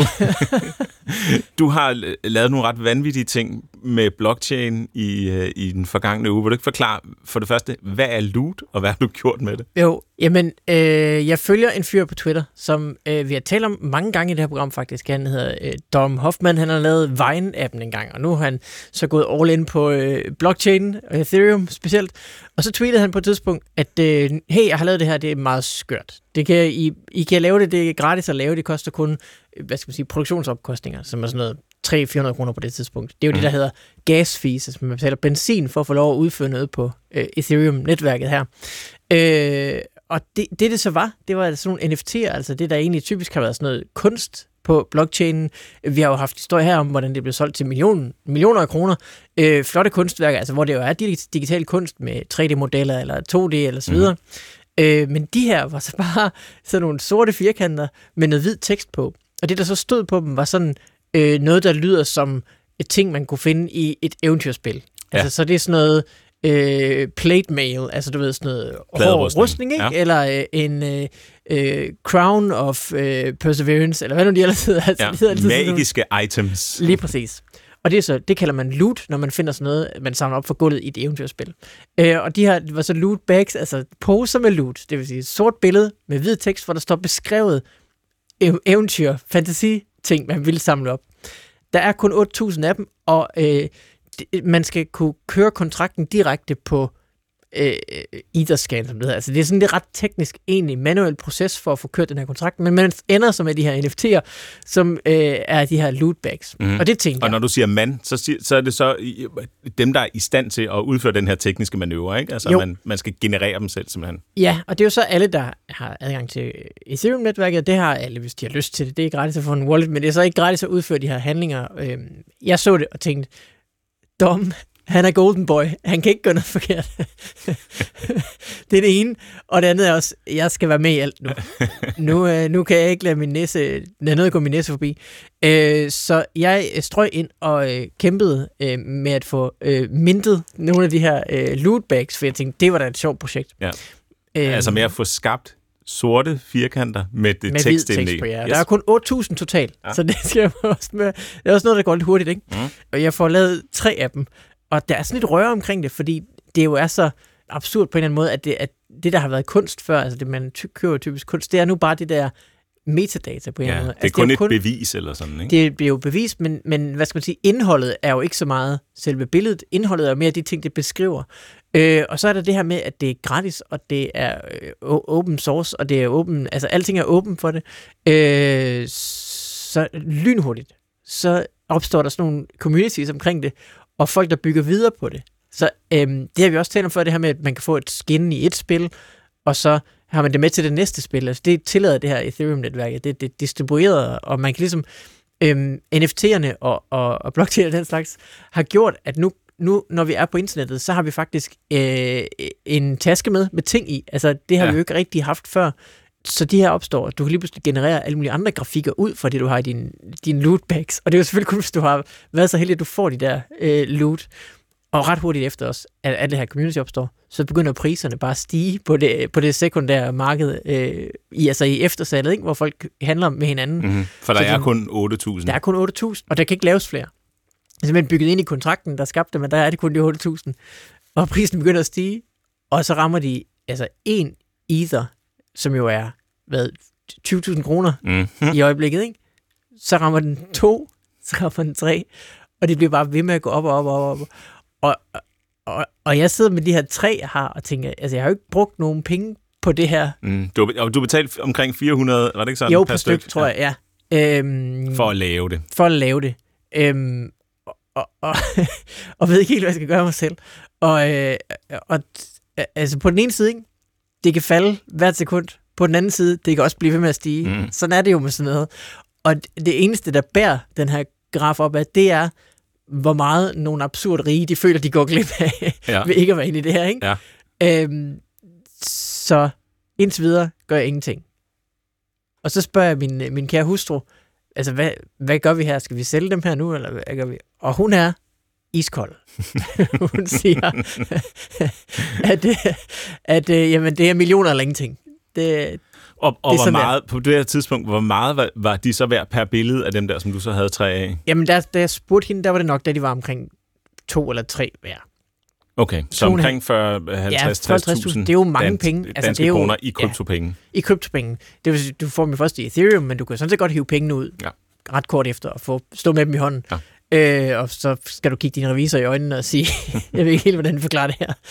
Du har lavet nogle ret vanvittige ting med blockchain i den forgangne uge. Vil du ikke forklare for det første, hvad er loot, og hvad har du gjort med det? Jo, jamen, jeg følger en fyr på Twitter, som vi har talt om mange gange i det her program faktisk. Han hedder Dom Hoffman. Han har lavet Vine-appen en gang, og nu har han så gået all in på blockchain og Ethereum specielt. Og så tweetede han på et tidspunkt, at hey, jeg har lavet det her, det er meget skørt. Det kan, I kan lave det er gratis at lave, det koster kun, produktionsopkostninger, som er sådan noget 300-400 kroner på det tidspunkt. Det er jo det, der hedder gas fees, altså man betaler benzin for at få lov at udføre noget på Ethereum-netværket her. Og det så var, det var sådan nogle NFT'er, altså det, der egentlig typisk har været sådan noget kunst på blockchainen. Vi har jo haft historie her om, hvordan det blev solgt til millioner af kroner. Flotte kunstværker, altså hvor det jo er digital kunst med 3D-modeller eller 2D eller så videre. Men de her var så bare sådan nogle sorte firkanter med noget hvid tekst på. Og det, der så stod på dem, var sådan noget, der lyder som et ting, man kunne finde i et eventyrspil. Ja. Altså, så det er sådan noget plate mail, altså du ved, sådan noget hård rustning, ikke? Ja. Eller en crown of perseverance, eller hvad nu de ellers hedder. Altså, ja, magiske items. Lige præcis. Og det kalder man loot, når man finder sådan noget, man samler op for gulvet i et eventyrspil. Og de her var så loot bags, altså poser med loot, det vil sige et sort billede med hvid tekst, hvor der står beskrevet eventyr, fantasi ting, man vil samle op. Der er kun 8.000 af dem, og man skal kunne køre kontrakten direkte på Etherscan, som det hedder. Altså det er sådan det ret teknisk, egentlig manuel proces for at få kørt den her kontrakt, men man ender så med de her NFT'er, som er de her lootbags. Mm. Og det tænker jeg. Og når du siger man, så er det så dem, der er i stand til at udføre den her tekniske manøvre, ikke? Altså man skal generere dem selv, simpelthen. Ja, og det er jo så alle, der har adgang til Ethereum-netværket, det har alle, hvis de har lyst til det. Det er gratis at få en wallet, men det er så ikke gratis at udføre de her handlinger. Jeg så det og tænkte, Dom, han er golden boy. Han kan ikke gøre noget forkert. Det er det ene. Og det andet er også, jeg skal være med i alt nu. Nu kan jeg ikke lade noget gå min næse forbi. Så jeg strøg ind og kæmpede med at få mintet nogle af de her lootbags, for jeg tænkte, det var da et sjovt projekt. Ja. Altså med at få skabt sorte firkanter med det med tekst hvid inde i. tekst på, ja. Yes. Der er kun 8.000 totalt, så det skal også med. Det er også noget, der går lidt hurtigt, ikke? Og jeg får lavet 3 af dem, og der er sådan lidt røre omkring det, fordi det jo er så absurd på en eller anden måde, at det der har været kunst før, altså det man køber typisk kunst, det er nu bare det der metadata på en eller anden måde. Det er kun et bevis eller sådan, ikke? Det bliver jo bevis, men hvad skal man sige, indholdet er jo ikke så meget selve billedet. Indholdet er jo mere de ting, det beskriver. Og så er der det her med, at det er gratis, og det er open source, og det er åben, altså alting er åben for det. Så lynhurtigt, så opstår der sådan nogle communities omkring det, og folk, der bygger videre på det. Så det har vi også talt om før, det her med, at man kan få et skin i et spil, og så har man det med til det næste spil. Altså det tillader det her Ethereum-netværk, det er distribueret, og man kan ligesom NFT'erne og blockchain og den slags har gjort, at nu når vi er på internettet, så har vi faktisk en taske med ting i. Altså det har vi jo ikke rigtig haft før. Så de her opstår, du kan lige pludselig generere alle mulige andre grafikker ud fra det, du har i din lootbags. Og det er jo selvfølgelig kun, hvis du har været så heldig, at du får de der loot. Og ret hurtigt efter os, at det her community opstår, så begynder priserne bare at stige på det sekundære marked, i eftersalget, ikke? Hvor folk handler med hinanden. For der er kun 8.000. Der er kun 8.000, og der kan ikke laves flere. Det er simpelthen bygget ind i kontrakten, der skabte, men der er det kun de 8.000. Og prisen begynder at stige, og så rammer de 1 ether, som jo er 20.000 kroner i øjeblikket, ikke? Så rammer den 2, så rammer den 3, og det bliver bare ved med at gå op og op. Og jeg sidder med de her 3 her og tænker, altså jeg har jo ikke brugt nogen penge på det her. Du betalte omkring 400, var det ikke sådan? Jo, per stykke, tror jeg, ja. For at lave det. Og ved ikke helt, hvad jeg skal gøre mig selv. Og altså på den ene side, ikke? Det kan falde hvert sekund. På den anden side, det kan også blive ved med at stige. Sådan er det jo med sådan noget. Og det eneste, der bærer den her graf op af, det er, hvor meget nogle absurd rige, de føler, de går glip af, ved ikke at være inde i det her, ikke? Ja. Så indtil videre gør jeg ingenting. Og så spørger jeg min kære hustru, altså, hvad gør vi her? Skal vi sælge dem her nu, eller hvad gør vi? Og hun er iskold. Hun siger, at jamen, det er millioner eller ingenting. Og hvor meget, på det her tidspunkt, hvor meget var de så værd per billede af dem der, som du så havde 3 af? Jamen, da jeg spurgte hende, der var det nok, da de var omkring 2 eller 3 hver. Okay, så omkring 40-50-60.000 det er jo mange penge. Altså, danske kroner i kryptopenge. Ja, i kryptopenge. Det vil sige, du får dem først i Ethereum, men du kan sådan set godt hive pengene ud ret kort efter og stå med dem i hånden. Ja. Og så skal du kigge din revisor i øjnene og sige, jeg ved ikke helt, hvordan du forklarer det her.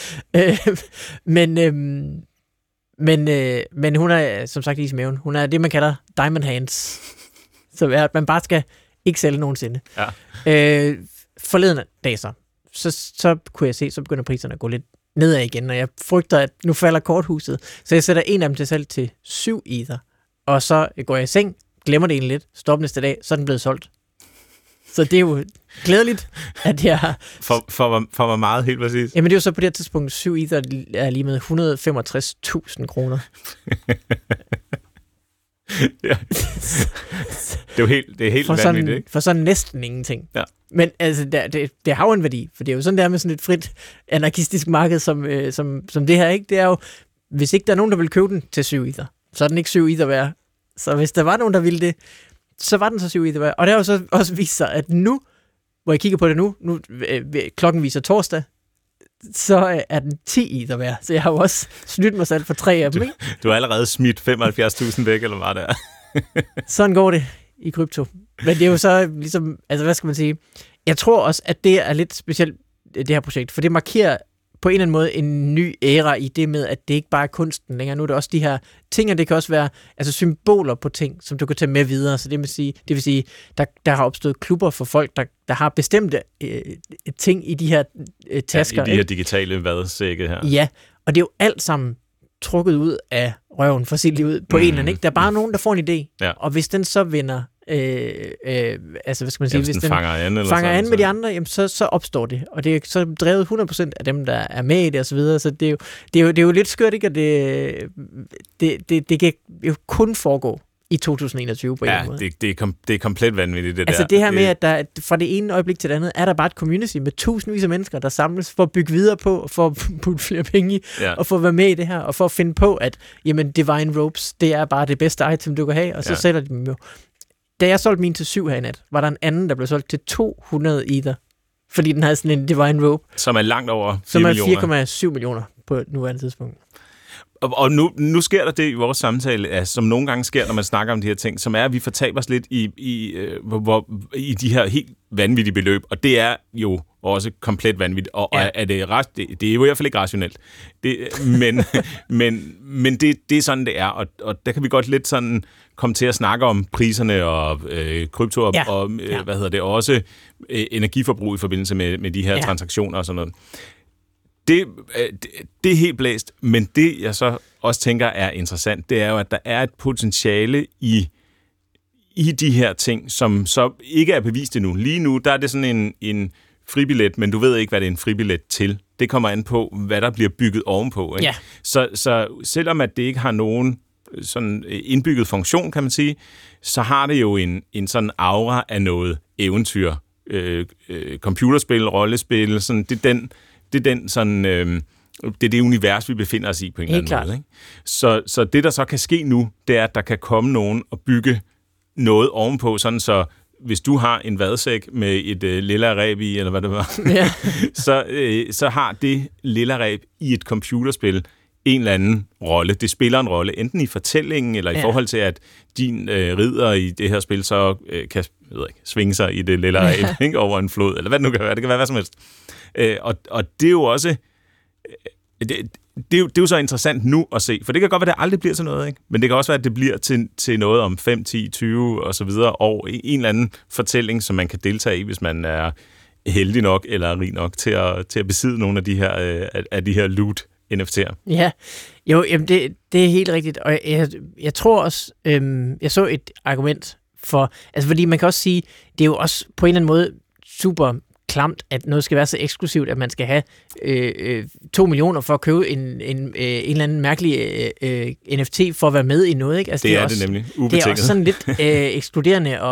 Men hun er, som sagt, is i maven. Hun er det, man kalder diamond hands. Så er, at man bare skal ikke sælge nogensinde. Ja. Forleden dag så kunne jeg se, så begynder priserne at gå lidt nedad igen, og jeg frygter, at nu falder korthuset. Så jeg sætter en af dem til salg til 7 ether, og så går jeg i seng, glemmer det egentlig lidt, stopper næste dag, så er den blevet solgt. Så det er jo glædeligt, at jeg har... For hvor meget helt præcis? Jamen det er jo så på det her tidspunkt, 7 ether er lige med 165.000 kroner. Ja. Det er helt vanvittigt, ikke? For sådan næsten ingenting. Ja. Men altså, det har jo en værdi, for det er jo sådan, der med sådan et frit anarkistisk marked, som det her, ikke? Det er jo, hvis ikke der er nogen, der vil købe den til 7 ether, så er den ikke 7 ether værd. Så hvis der var nogen, der ville det, så var den så 7 ether værd. Og det har jo så også vist sig, at nu, hvor jeg kigger på det nu klokken viser torsdag, så er den 10 ether værd. Så jeg har jo også snydt mig selv for 3 af dem, ikke? Du har allerede smidt 75.000 væk, eller hvad det er? Sådan går det i krypto. Men det er jo så ligesom, altså hvad skal man sige? Jeg tror også, at det er lidt specielt, det her projekt, for det markerer på en eller anden måde en ny æra i det med, at det ikke bare er kunsten længere. Nu er det også de her ting, og det kan også være altså symboler på ting, som du kan tage med videre. Så det vil sige, der har opstået klubber for folk, der har bestemte ting i de her tasker. Ja, i de her digitale vadsække her. Ja, og det er jo alt sammen trukket ud af røven for sit liv ud på en eller anden, ikke? Der er bare nogen, der får en idé, og hvis den så vinder, altså hvad skal man sige, hvis den fanger an med de andre, jamen, så opstår det, og det er så drevet 100% af dem, der er med i det og så videre, så det er jo lidt skørt, ikke? Og det kan jo kun foregå i 2021 på en eller anden måde. Det er komplet vanvittigt, det altså der. Det her med, at der fra det ene øjeblik til det andet, er der bare et community med tusindvis af mennesker, der samles for at bygge videre på, for at putte flere penge i, og for at være med i det her, og for at finde på, at jamen, Divine Ropes, det er bare det bedste item, du kan have, og så sælger de dem jo. Da jeg solgte min til 7 her i nat, var der en anden, der blev solgt til 200 ether, fordi den havde sådan en Divine Rope. Som er langt over 4 millioner. Som er 4,7 millioner på nuværende tidspunkt. Og nu sker der det i vores samtale, som nogle gange sker, når man snakker om de her ting, som er, at vi fortaber os lidt i de her helt vanvittige beløb, og det er jo også komplet vanvittigt, og er det er jo i hvert fald ikke rationelt. Men det er sådan, det er, og der kan vi godt lidt sådan komme til at snakke om priserne og krypto og også energiforbrug i forbindelse med de her transaktioner og sådan noget. Det er helt blæst, men det, jeg så også tænker er interessant, det er jo, at der er et potentiale i de her ting, som så ikke er bevist endnu. Lige nu, der er det sådan en fribillet, men du ved ikke, hvad det er en fribillet til. Det kommer an på, hvad der bliver bygget ovenpå. Ikke? Ja. Så selvom at det ikke har nogen sådan indbygget funktion, kan man sige, så har det jo en sådan aura af noget eventyr. Computerspil, rollespil, sådan, det er det univers, vi befinder os i på en eller anden måde. Ikke? Så det, der så kan ske nu, det er, at der kan komme nogen og bygge noget ovenpå, sådan så hvis du har en vadsæk med et lilla ræb i, eller hvad det var, så har det lilla ræb i et computerspil en eller anden rolle. Det spiller en rolle, enten i fortællingen, eller i forhold til, at din ridder i det her spil så kan svinge sig i det lilla ræb over en flod, eller hvad det nu kan være. Det kan være hvad som helst. Og det er jo også det er jo så interessant nu at se, for det kan godt være, at det aldrig bliver til noget, ikke? Men det kan også være, at det bliver til noget om 5, 10, 20 og så videre år, en eller anden fortælling, som man kan deltage i, hvis man er heldig nok eller rig nok til at besidde nogle af de her loot NFT'er. Ja, jo, jamen det er helt rigtigt, og jeg tror også, jeg så et argument for, altså fordi man kan også sige, det er jo også på en eller anden måde super klamt, at noget skal være så eksklusivt, at man skal have 2 millioner for at købe en eller anden mærkelig NFT for at være med i noget, ikke? Altså, det er også, det nemlig. Ubetinget. Det er også sådan lidt ekskluderende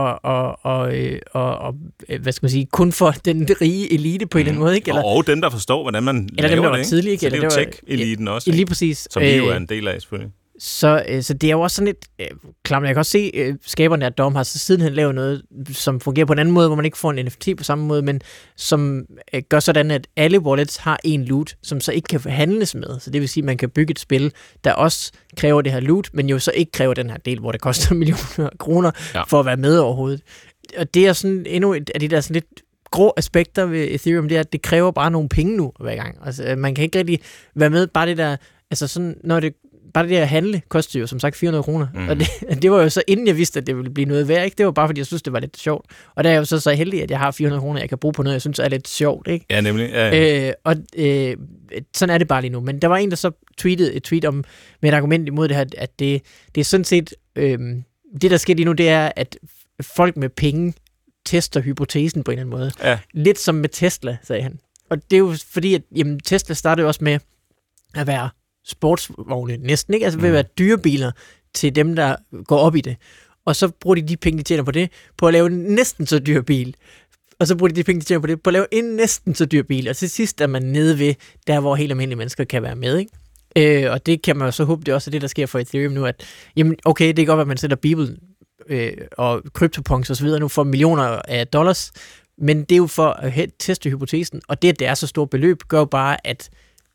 og hvad skal man sige, kun for den rige elite på en eller anden måde, ikke? Eller, og dem, der forstår, hvordan man eller laver dem, der var tidlig, ikke? Så det er jo tech-eliten også. Lige præcis. Som vi jo er en del af, selvfølgelig. Så det er jo også sådan lidt klamt. Jeg kan også se, skaberne af Dom har så sidenhen lavet noget, som fungerer på en anden måde, hvor man ikke får en NFT på samme måde, men som gør sådan, at alle wallets har en loot, som så ikke kan forhandles med. Så det vil sige, at man kan bygge et spil, der også kræver det her loot, men jo så ikke kræver den her del, hvor det koster millioner kroner for at være med overhovedet. Og det er sådan endnu et af de der sådan lidt grå aspekter ved Ethereum, det er, at det kræver bare nogle penge nu hver gang. Altså, man kan ikke rigtig være med, bare det der, altså sådan, når det bare det der at handle kostede jo som sagt 400 kroner. Og det var jo så inden jeg vidste, at det ville blive noget værd, ikke? Det var bare fordi, jeg synes, det var lidt sjovt. Og der er jeg jo så heldig, at jeg har 400 kroner, jeg kan bruge på noget, jeg synes er lidt sjovt, ikke? Ja, nemlig. Ja. Sådan er det bare lige nu. Men der var en, der så tweetede et tweet om, med et argument imod det her, at det er sådan set, det der sker lige nu, det er, at folk med penge tester hypotesen på en eller anden måde. Ja. Lidt som med Tesla, sagde han. Og det er jo fordi, at Tesla startede jo også med at være sportsvogne næsten, ikke? Altså vil være dyrebiler til dem, der går op i det. Og så bruger de penge, de tjener på det, på at lave en næsten så dyr bil. Og så bruger de penge, de tjener på det, på at lave en næsten så dyr bil. Og til sidst er man nede ved, der hvor helt almindelige mennesker kan være med, ikke? Og det kan man jo så håbe, det er også det, der sker for Ethereum nu, at jamen, okay, det kan godt være, at man sætter Beeple og CryptoPunks og så videre nu for millioner af dollars, men det er jo for at teste hypotesen, og det, at det er så stort beløb, gør jo bare, at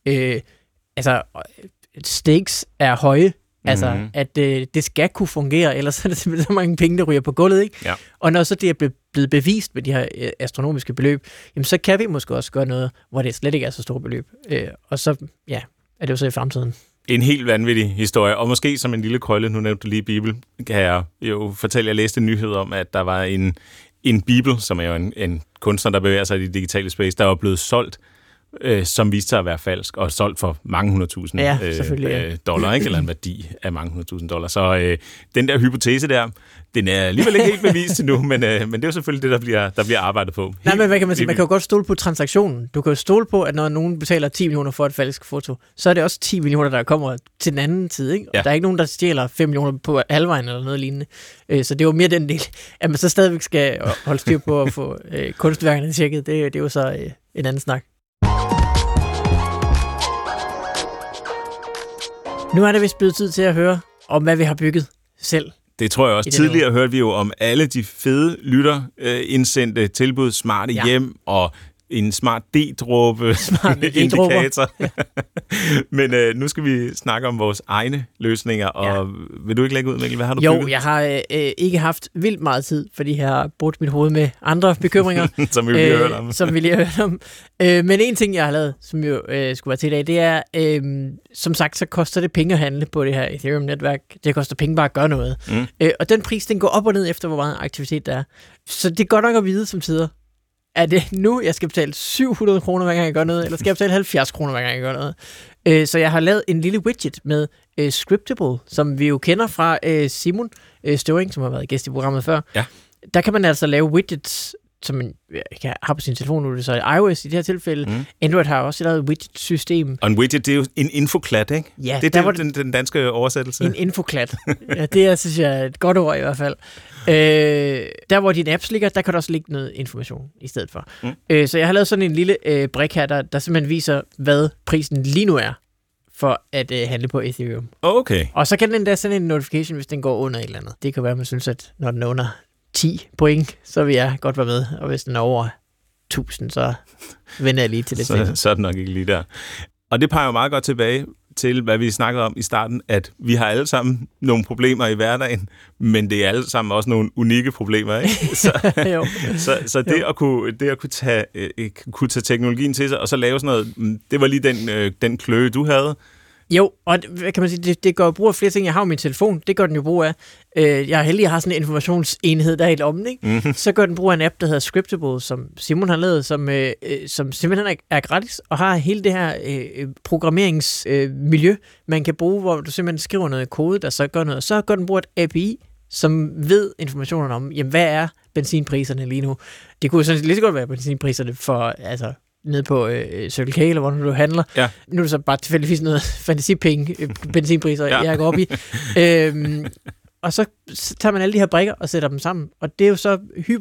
stakes er høje, altså at det skal kunne fungere, ellers er det simpelthen så mange penge, der ryger på gulvet, ikke? Ja. Og når så det er blevet bevist med de her astronomiske beløb, jamen så kan vi måske også gøre noget, hvor det slet ikke er så stort beløb. Og så, ja, er det jo så i fremtiden. En helt vanvittig historie, og måske som en lille krølle, nu nævnte du lige Bibel, kan jeg jo fortælle, jeg læste en nyhed om, at der var en Bibel, som er jo en kunstner, der bevæger sig i det digitale space, der var blevet solgt som viste sig at være falsk, og solgt for mange 100.000 dollar, ikke? Eller en værdi af mange 100.000 $. Så den der hypotese der, den er alligevel ikke helt bevist endnu, men det er jo selvfølgelig det, der bliver arbejdet på. Nej, men hvad kan man sige? Man kan jo godt stole på transaktionen. Du kan jo stole på, at når nogen betaler 10 millioner for et falsk foto, så er det også 10 millioner, der kommer til den anden tid, ikke? Og der er ikke nogen, der stjæler 5 millioner på halvvejen eller noget lignende. Så det er jo mere den del, at man så stadigvæk skal holde styr på at få kunstværkerne tjekket. Det er jo så en anden snak. Nu er det vist blevet tid til at høre om, hvad vi har bygget selv. Det tror jeg også. Tidligere hørte vi jo om alle de fede lytterindsendte tilbud, smarte hjem og en smart D-dråbe indikator. Ja. Men nu skal vi snakke om vores egne løsninger, og vil du ikke lægge ud, Mikkel? Hvad har du bygget? Jo, jeg har ikke haft vildt meget tid, fordi jeg har brugt mit hoved med andre bekymringer. Som vi lige har hørt om. Som vi lige har hørt om. Men en ting, jeg har lavet, som jo skulle være til i dag, det er, som sagt, så koster det penge at handle på det her Ethereum-netværk. Det koster penge bare at gøre noget. Og den pris, den går op og ned efter, hvor meget aktivitet der er. Så det er godt nok at vide som tider. Er det nu, jeg skal betale 700 kroner, hver gang jeg gør noget, eller skal jeg betale 70 kroner, hver gang jeg gør noget? Så jeg har lavet en lille widget med Scriptable, som vi jo kender fra Simon Støvring, som har været gæst i programmet før. Ja. Der kan man altså lave widgets, som man kan have på sin telefon, nu er det så iOS i det her tilfælde. Android har også lavet et widget-system. Og en widget, det er jo en infoklat, ikke? Ja, det er den danske oversættelse. En infoklat. Ja, det er, synes jeg, et godt ord i hvert fald. Der, hvor dine apps ligger, der kan der også ligge noget information i stedet for. Så jeg har lavet sådan en lille brik her, der simpelthen viser, hvad prisen lige nu er for at handle på Ethereum. Okay. Og så kan den endda sende en notification, hvis den går under et eller andet. Det kan være, at man synes, at når den er under 10 point, så vil jeg godt være med. Og hvis den er over 1000, så vender jeg lige til det. Så er det nok ikke lige der. Og det peger jo meget godt tilbage til, hvad vi snakkede om i starten, at vi har alle sammen nogle problemer i hverdagen, men det er alle sammen også nogle unikke problemer, ikke? Så det at kunne tage teknologien til sig, og så lave sådan noget, det var lige den kløe, du havde. Jo, og hvad kan man sige, det gør brug af flere ting. Jeg har jo min telefon, det gør den jo brug af. Jeg er heldig at have sådan en informationsenhed, der er helt om, ikke? Så gør den brug af en app, der hedder Scriptable, som Simon har lavet, som simpelthen er gratis, og har hele det her programmeringsmiljø, man kan bruge, hvor du simpelthen skriver noget kode, der så gør noget. Så gør den brug af et API, som ved informationen om, jamen, hvad er benzinpriserne lige nu? Det kunne jo sådan lige så godt være benzinpriserne for, altså, ned på Circle K, eller hvor du handler. Ja. Nu er det så bare tilfældigvis noget fantasipenge, benzinpriser, jeg går op i. Og så tager man alle de her brikker og sætter dem sammen. Og det er jo så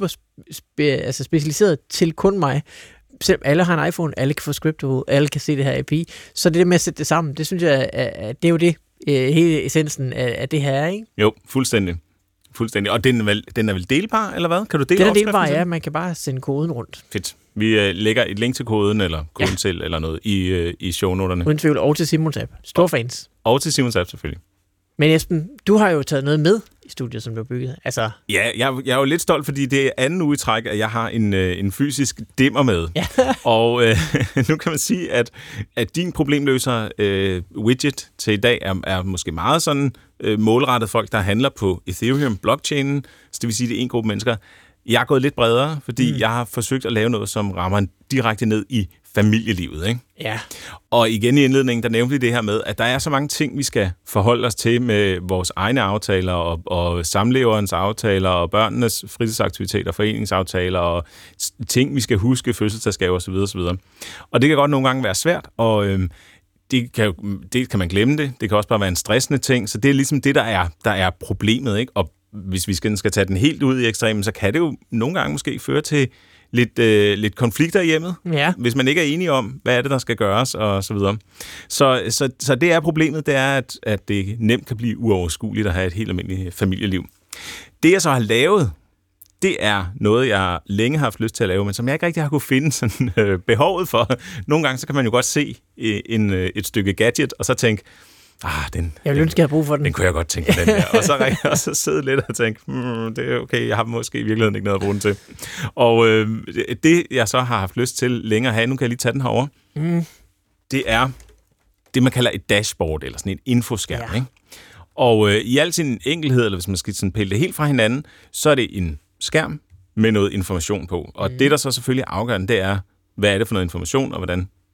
specialiseret til kun mig. Selv alle har en iPhone, alle kan få Scriptable, alle kan se det her API. Så det med at sætte det sammen, det synes jeg, det er jo det, hele essensen af det her, ikke? Jo, fuldstændig. Og den er vel delbar, eller hvad? Kan du dele den er delbar, ja. Man kan bare sende koden rundt. Fedt. Vi lægger et link til koden, eller koden til, eller noget, i shownoterne. Uden tvivl, og til Simons app. Store fans. Og til Simons app, selvfølgelig. Men Esben, du har jo taget noget med i studiet, som du har bygget. Altså... Ja, jeg er jo lidt stolt, fordi det er anden uge i træk, at jeg har en fysisk dimmer med. Ja. Og nu kan man sige, at din problemløser widget til i dag er måske meget sådan målrettet folk, der handler på Ethereum-blockchainen. Så det vil sige, det er en gruppe mennesker. Jeg er gået lidt bredere, fordi jeg har forsøgt at lave noget, som rammer direkte ned i familielivet, ikke? Ja. Og igen i indledningen, der nævnte vi det her med, at der er så mange ting, vi skal forholde os til med vores egne aftaler, og samleverens aftaler, og børnenes fritidsaktiviteter, foreningsaftaler, og ting, vi skal huske, fødselsdagsgaver osv. osv. Og det kan godt nogle gange være svært, og det kan man glemme det. Det kan også bare være en stressende ting, så det er ligesom det, der er problemet, ikke? Og hvis vi skal tage den helt ud i ekstremen, så kan det jo nogle gange måske føre til lidt konflikter i hjemmet, hvis man ikke er enige om, hvad er det, der skal gøres, og så videre. Så det er problemet, det er, at det nemt kan blive uoverskueligt at have et helt almindeligt familieliv. Det, jeg så har lavet, det er noget, jeg længe har haft lyst til at lave, men som jeg ikke rigtig har kunne finde sådan, behovet for. Nogle gange, så kan man jo godt se et stykke gadget, og så tænke, jeg vil ønske, at jeg har brug for den. Den kunne jeg godt tænke den der. Og så sidde lidt og tænke, det er okay, jeg har måske i virkeligheden ikke noget at bruge den til. Og det, jeg så har haft lyst til længere at have, nu kan jeg lige tage den herover. Det er det, man kalder et dashboard, eller sådan en infoskærm. Ikke? Og i al sin enkelhed, eller hvis man skal sådan pille det helt fra hinanden, så er det en skærm med noget information på. Og det, der så selvfølgelig er afgørende, det er, hvad er det for noget information, og hvordan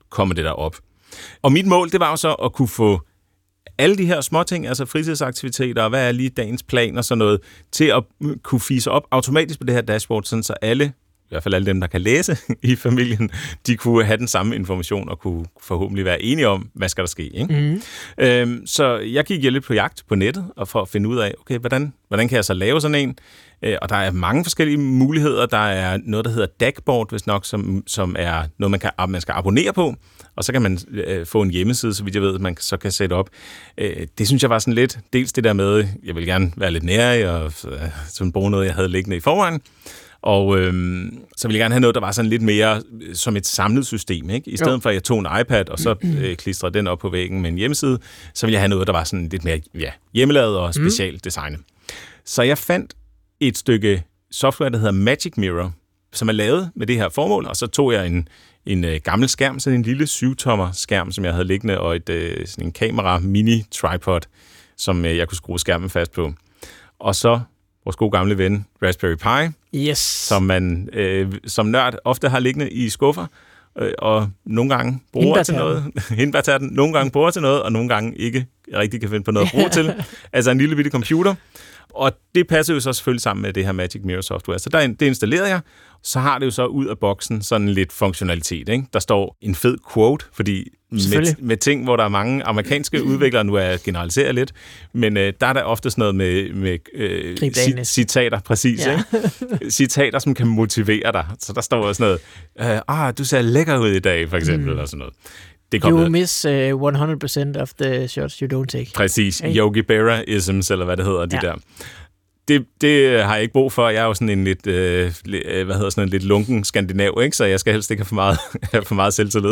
komme det der op. Og mit mål, det var jo så at kunne få alle de her småting, altså fritidsaktiviteter, og hvad er lige dagens plan og sådan noget, til at kunne fise op automatisk på det her dashboard, sådan så alle, i hvert fald alle dem, der kan læse i familien, de kunne have den samme information og kunne forhåbentlig være enige om, hvad skal der ske. Ikke? Så jeg gik lidt på jagt på nettet, og for at finde ud af, okay, hvordan kan jeg så lave sådan en? Og der er mange forskellige muligheder. Der er noget, der hedder dashboard, hvis nok, som er noget, man skal abonnere på, og så kan man få en hjemmeside, så vidt jeg ved, man så kan sætte op. Det synes jeg var sådan lidt, dels det der med, jeg vil gerne være lidt nærig, og sådan bruge noget, jeg havde liggende i forvejen, og så ville jeg gerne have noget, der var sådan lidt mere som et samlet system, ikke? I stedet for, at jeg tog en iPad, og så klistrede den op på væggen med en hjemmeside, så ville jeg have noget, der var sådan lidt mere hjemmelavet og specielt designet. Så jeg fandt et stykke software, der hedder Magic Mirror, som er lavet med det her formål, og så tog jeg en gammel skærm, sådan en lille 7-tommer skærm, som jeg havde liggende, og sådan en kamera mini-tripod, som jeg kunne skrue skærmen fast på. Og så vores gode gamle ven, Raspberry Pi, som man som nørd ofte har liggende i skuffer, og nogle gange bruger til noget. Hindbærtærten. Nogle gange bruger til noget, og nogle gange ikke rigtig kan finde på noget at bruge til. Altså en lille bitte computer. Og det passer jo så selvfølgelig sammen med det her Magic Mirror software. Så det installerede jeg. Så har det jo så ud af boksen sådan lidt funktionalitet. Ikke? Der står en fed quote, fordi med ting, hvor der er mange amerikanske udviklere, nu er jeg generaliseret lidt, men der er der ofte sådan noget med citater, præcis. Ja. Ikke? Citater, som kan motivere dig. Så der står sådan noget, du ser lækker ud i dag, for eksempel, eller sådan noget. You miss 100% of the shots you don't take. Præcis. Hey. Yogi Berra-isms, eller hvad det hedder, de der. Det har jeg ikke brug for. Jeg er jo sådan en lidt, lidt lunken skandinav, ikke? Så jeg skal helst ikke have for meget selvtillid.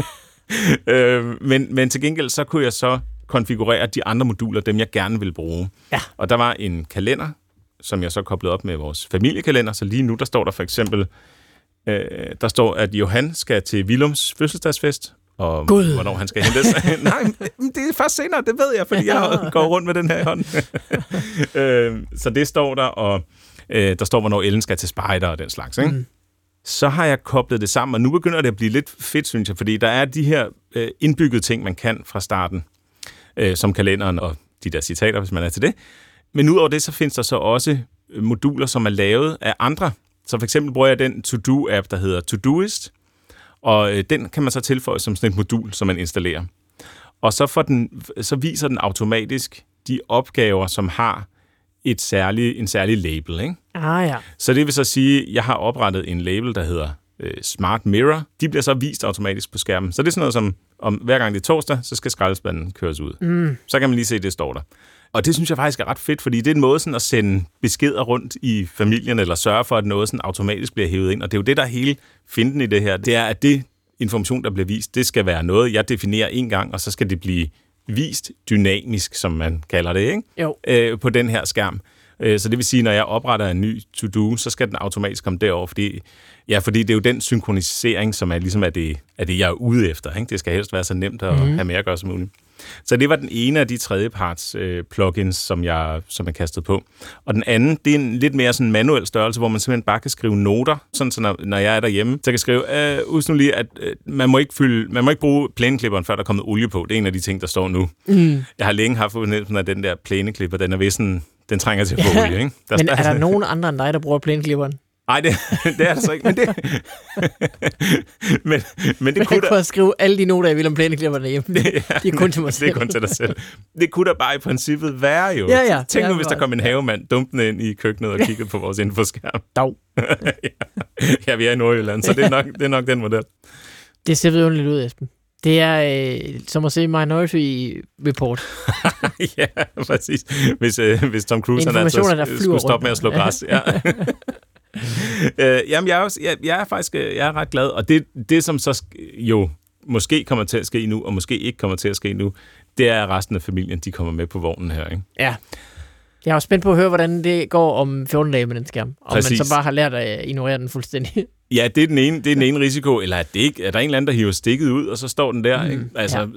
Men til gengæld, så kunne jeg så konfigurere de andre moduler, dem jeg gerne vil bruge. Ja. Og der var en kalender, som jeg så koblede op med vores familiekalender. Så lige nu, der står der for eksempel, der står, at Johan skal til Willums fødselsdagsfest, og hvornår han skal hentes. Nej, det er først senere, det ved jeg, fordi jeg går rundt med den her i hånden. Så det står der, og der står, hvornår Ellen skal til spejder og den slags. Ikke? Så har jeg koblet det sammen, og nu begynder det at blive lidt fedt, synes jeg, fordi der er de her indbyggede ting, man kan fra starten, som kalenderen og de der citater, hvis man er til det. Men udover det, så findes der så også moduler, som er lavet af andre. Så for eksempel bruger jeg den To-Do-app, der hedder Todoist, og den kan man så tilføje som sådan et modul, som man installerer. Og så viser den automatisk de opgaver, som har en særlig label. Ikke? Ja. Så det vil så sige, at jeg har oprettet en label, der hedder Smart Mirror. De bliver så vist automatisk på skærmen. Så det er sådan noget som, hver gang det er torsdag, så skal skraldespanden køres ud. Så kan man lige se, at det står der. Og det synes jeg faktisk er ret fedt, fordi det er en måde sådan at sende beskeder rundt i familien, eller sørge for, at noget sådan automatisk bliver hævet ind. Og det er jo det, der er hele finten i det her. Det er, at det information, der bliver vist, det skal være noget, jeg definerer en gang, og så skal det blive vist dynamisk, som man kalder det, ikke? Jo. På den her skærm. Så det vil sige, når jeg opretter en ny to-do, så skal den automatisk komme derover, fordi det er jo den synkronisering, som er det, jeg er ude efter. Ikke? Det skal helst være så nemt at have med at gøre som muligt. Så det var den ene af de tredjeparts plugins, som jeg kastede på. Og den anden, det er en lidt mere sådan manuel størrelse, hvor man simpelthen bare kan skrive noter, sådan så når jeg er derhjemme, så kan jeg skrive, husk nu lige, at man må ikke bruge plæneklipperen, før der er kommet olie på. Det er en af de ting, der står nu. Jeg har længe haft fornelsen af den der plæneklipper, den er vist sådan, den trænger til at få olie, ikke? Men er der nogen andre end dig, der bruger plæneklipperen? Nej, det er der så ikke, men det... men det kunne kunne skrive alle de noter, jeg vil om plæneklipperne hjemme. De er kun til mig selv. Det er kun til dig selv. Det kunne da bare i princippet være jo. Ja. Tænk nu, hvis der kom en havemand dumpende ind i køkkenet og kiggede på vores infoskærm. Dag. Ja, vi er i Nordjylland, så det er nok den model. Det ser vidunderligt ud, Esben. Det er som at se Minority Report. Ja, præcis. Hvis Tom Cruise skulle stoppe med at slå græs. Ja. Jamen, jeg er ret glad, og det som så jo måske kommer til at ske nu, og måske ikke kommer til at ske nu, det er, at resten af familien, de kommer med på vognen her, ikke? Ja. Jeg er jo spændt på at høre, hvordan det går om 14 dage med den skærm. Om man så bare har lært at ignorere den fuldstændig. Ja, det er den ene risiko, eller er der en eller anden, der hiver stikket ud, og så står den der, ikke? Altså,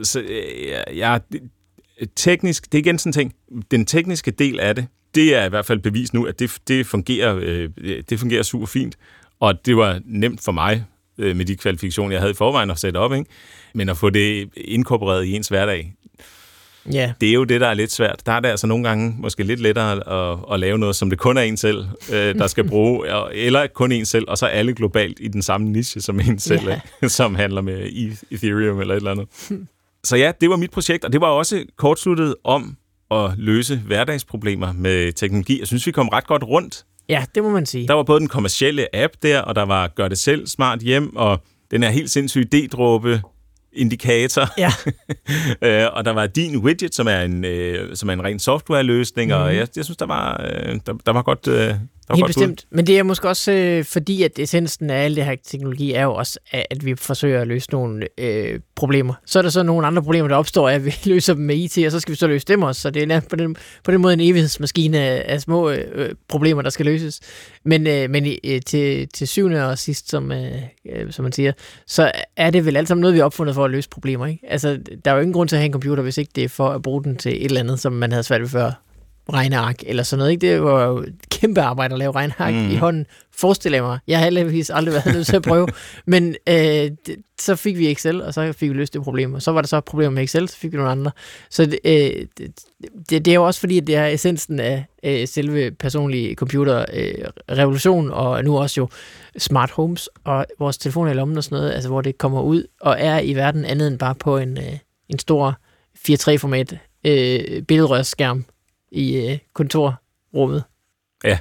teknisk, det er igen sådan en ting, den tekniske del af det, det er i hvert fald bevis nu, at det fungerer super fint, og det var nemt for mig med de kvalifikationer, jeg havde i forvejen at sætte op, ikke? Men at få det inkorporeret i ens hverdag, det er jo det, der er lidt svært. Der er det altså nogle gange måske lidt lettere at lave noget, som det kun er en selv, der skal bruge, eller kun en selv, og så alle globalt i den samme niche som en selv, som handler med Ethereum eller et eller andet. Så ja, det var mit projekt, og det var også kortsluttet om at løse hverdagsproblemer med teknologi. Jeg synes, vi kom ret godt rundt. Ja, det må man sige. Der var både den kommercielle app der, og der var gør det selv smart hjem, og den her helt sindssyge idédråbe indikator. Ja. Og der var din widget, som er en ren softwareløsning, og jeg synes, der var godt. Helt bestemt. Men det er måske også fordi, at essensen af al det her teknologi er jo også, at vi forsøger at løse nogle problemer. Så er der så nogle andre problemer, der opstår, at vi løser dem med IT, og så skal vi så løse dem også. Så det er på den måde en evighedsmaskine af små problemer, der skal løses. Men til syvende og sidst, som man siger, så er det vel alt sammen noget, vi har opfundet for at løse problemer. Ikke? Altså, der er jo ingen grund til at have en computer, hvis ikke det er for at bruge den til et eller andet, som man havde svært ved før. Regneark eller sådan noget, ikke? Det var jo et kæmpe arbejde at lave regneark i hånden. Forestiller jeg mig. Jeg har heldigvis aldrig været nødt til at prøve. Men så fik vi Excel, og så fik vi løst det problem. Og så var der så problemer med Excel, så fik vi nogle andre. Så det er jo også fordi, at det er essensen af selve personlige computerrevolution, og nu også jo smart homes, og vores telefoner i lommen og sådan noget, altså hvor det kommer ud og er i verden andet end bare på en stor 4:3-format billedrørsskærm i kontorrummet. Ja.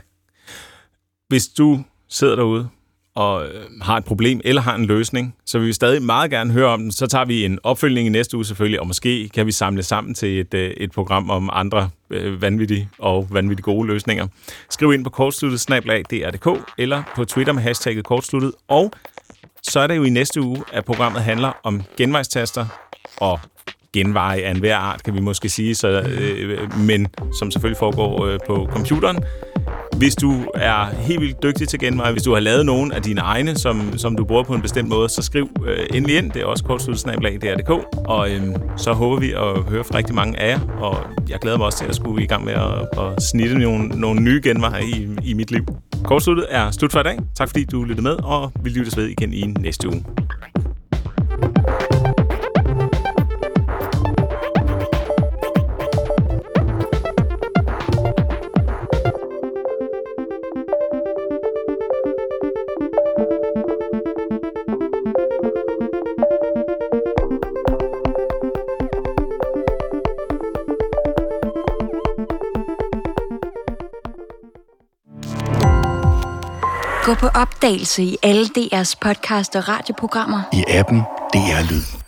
Hvis du sidder derude og har et problem eller har en løsning, så vil vi stadig meget gerne høre om den. Så tager vi en opfølgning i næste uge selvfølgelig, og måske kan vi samle sammen til et program om andre vanvittige gode løsninger. Skriv ind på kortsluttet@dr.dk eller på Twitter med hashtagget kortsluttet. Og så er det jo i næste uge, at programmet handler om genvejstaster og genveje af enhver art, kan vi måske sige, men som selvfølgelig foregår på computeren. Hvis du er helt vildt dygtig til genveje, hvis du har lavet nogen af dine egne, som du bruger på en bestemt måde, så skriv endelig ind. Det er også kortsluttet@dr.dk. Og så håber vi at høre fra rigtig mange af jer, og jeg glæder mig også til at skulle i gang med at snitte nogle nye genveje i mit liv. Kortsluttet er slut for i dag. Tak fordi du lyttede med, og vi lyttes ved igen i næste uge. Gå på opdagelse i alle DR's podcast og radioprogrammer. I appen DR Lyd.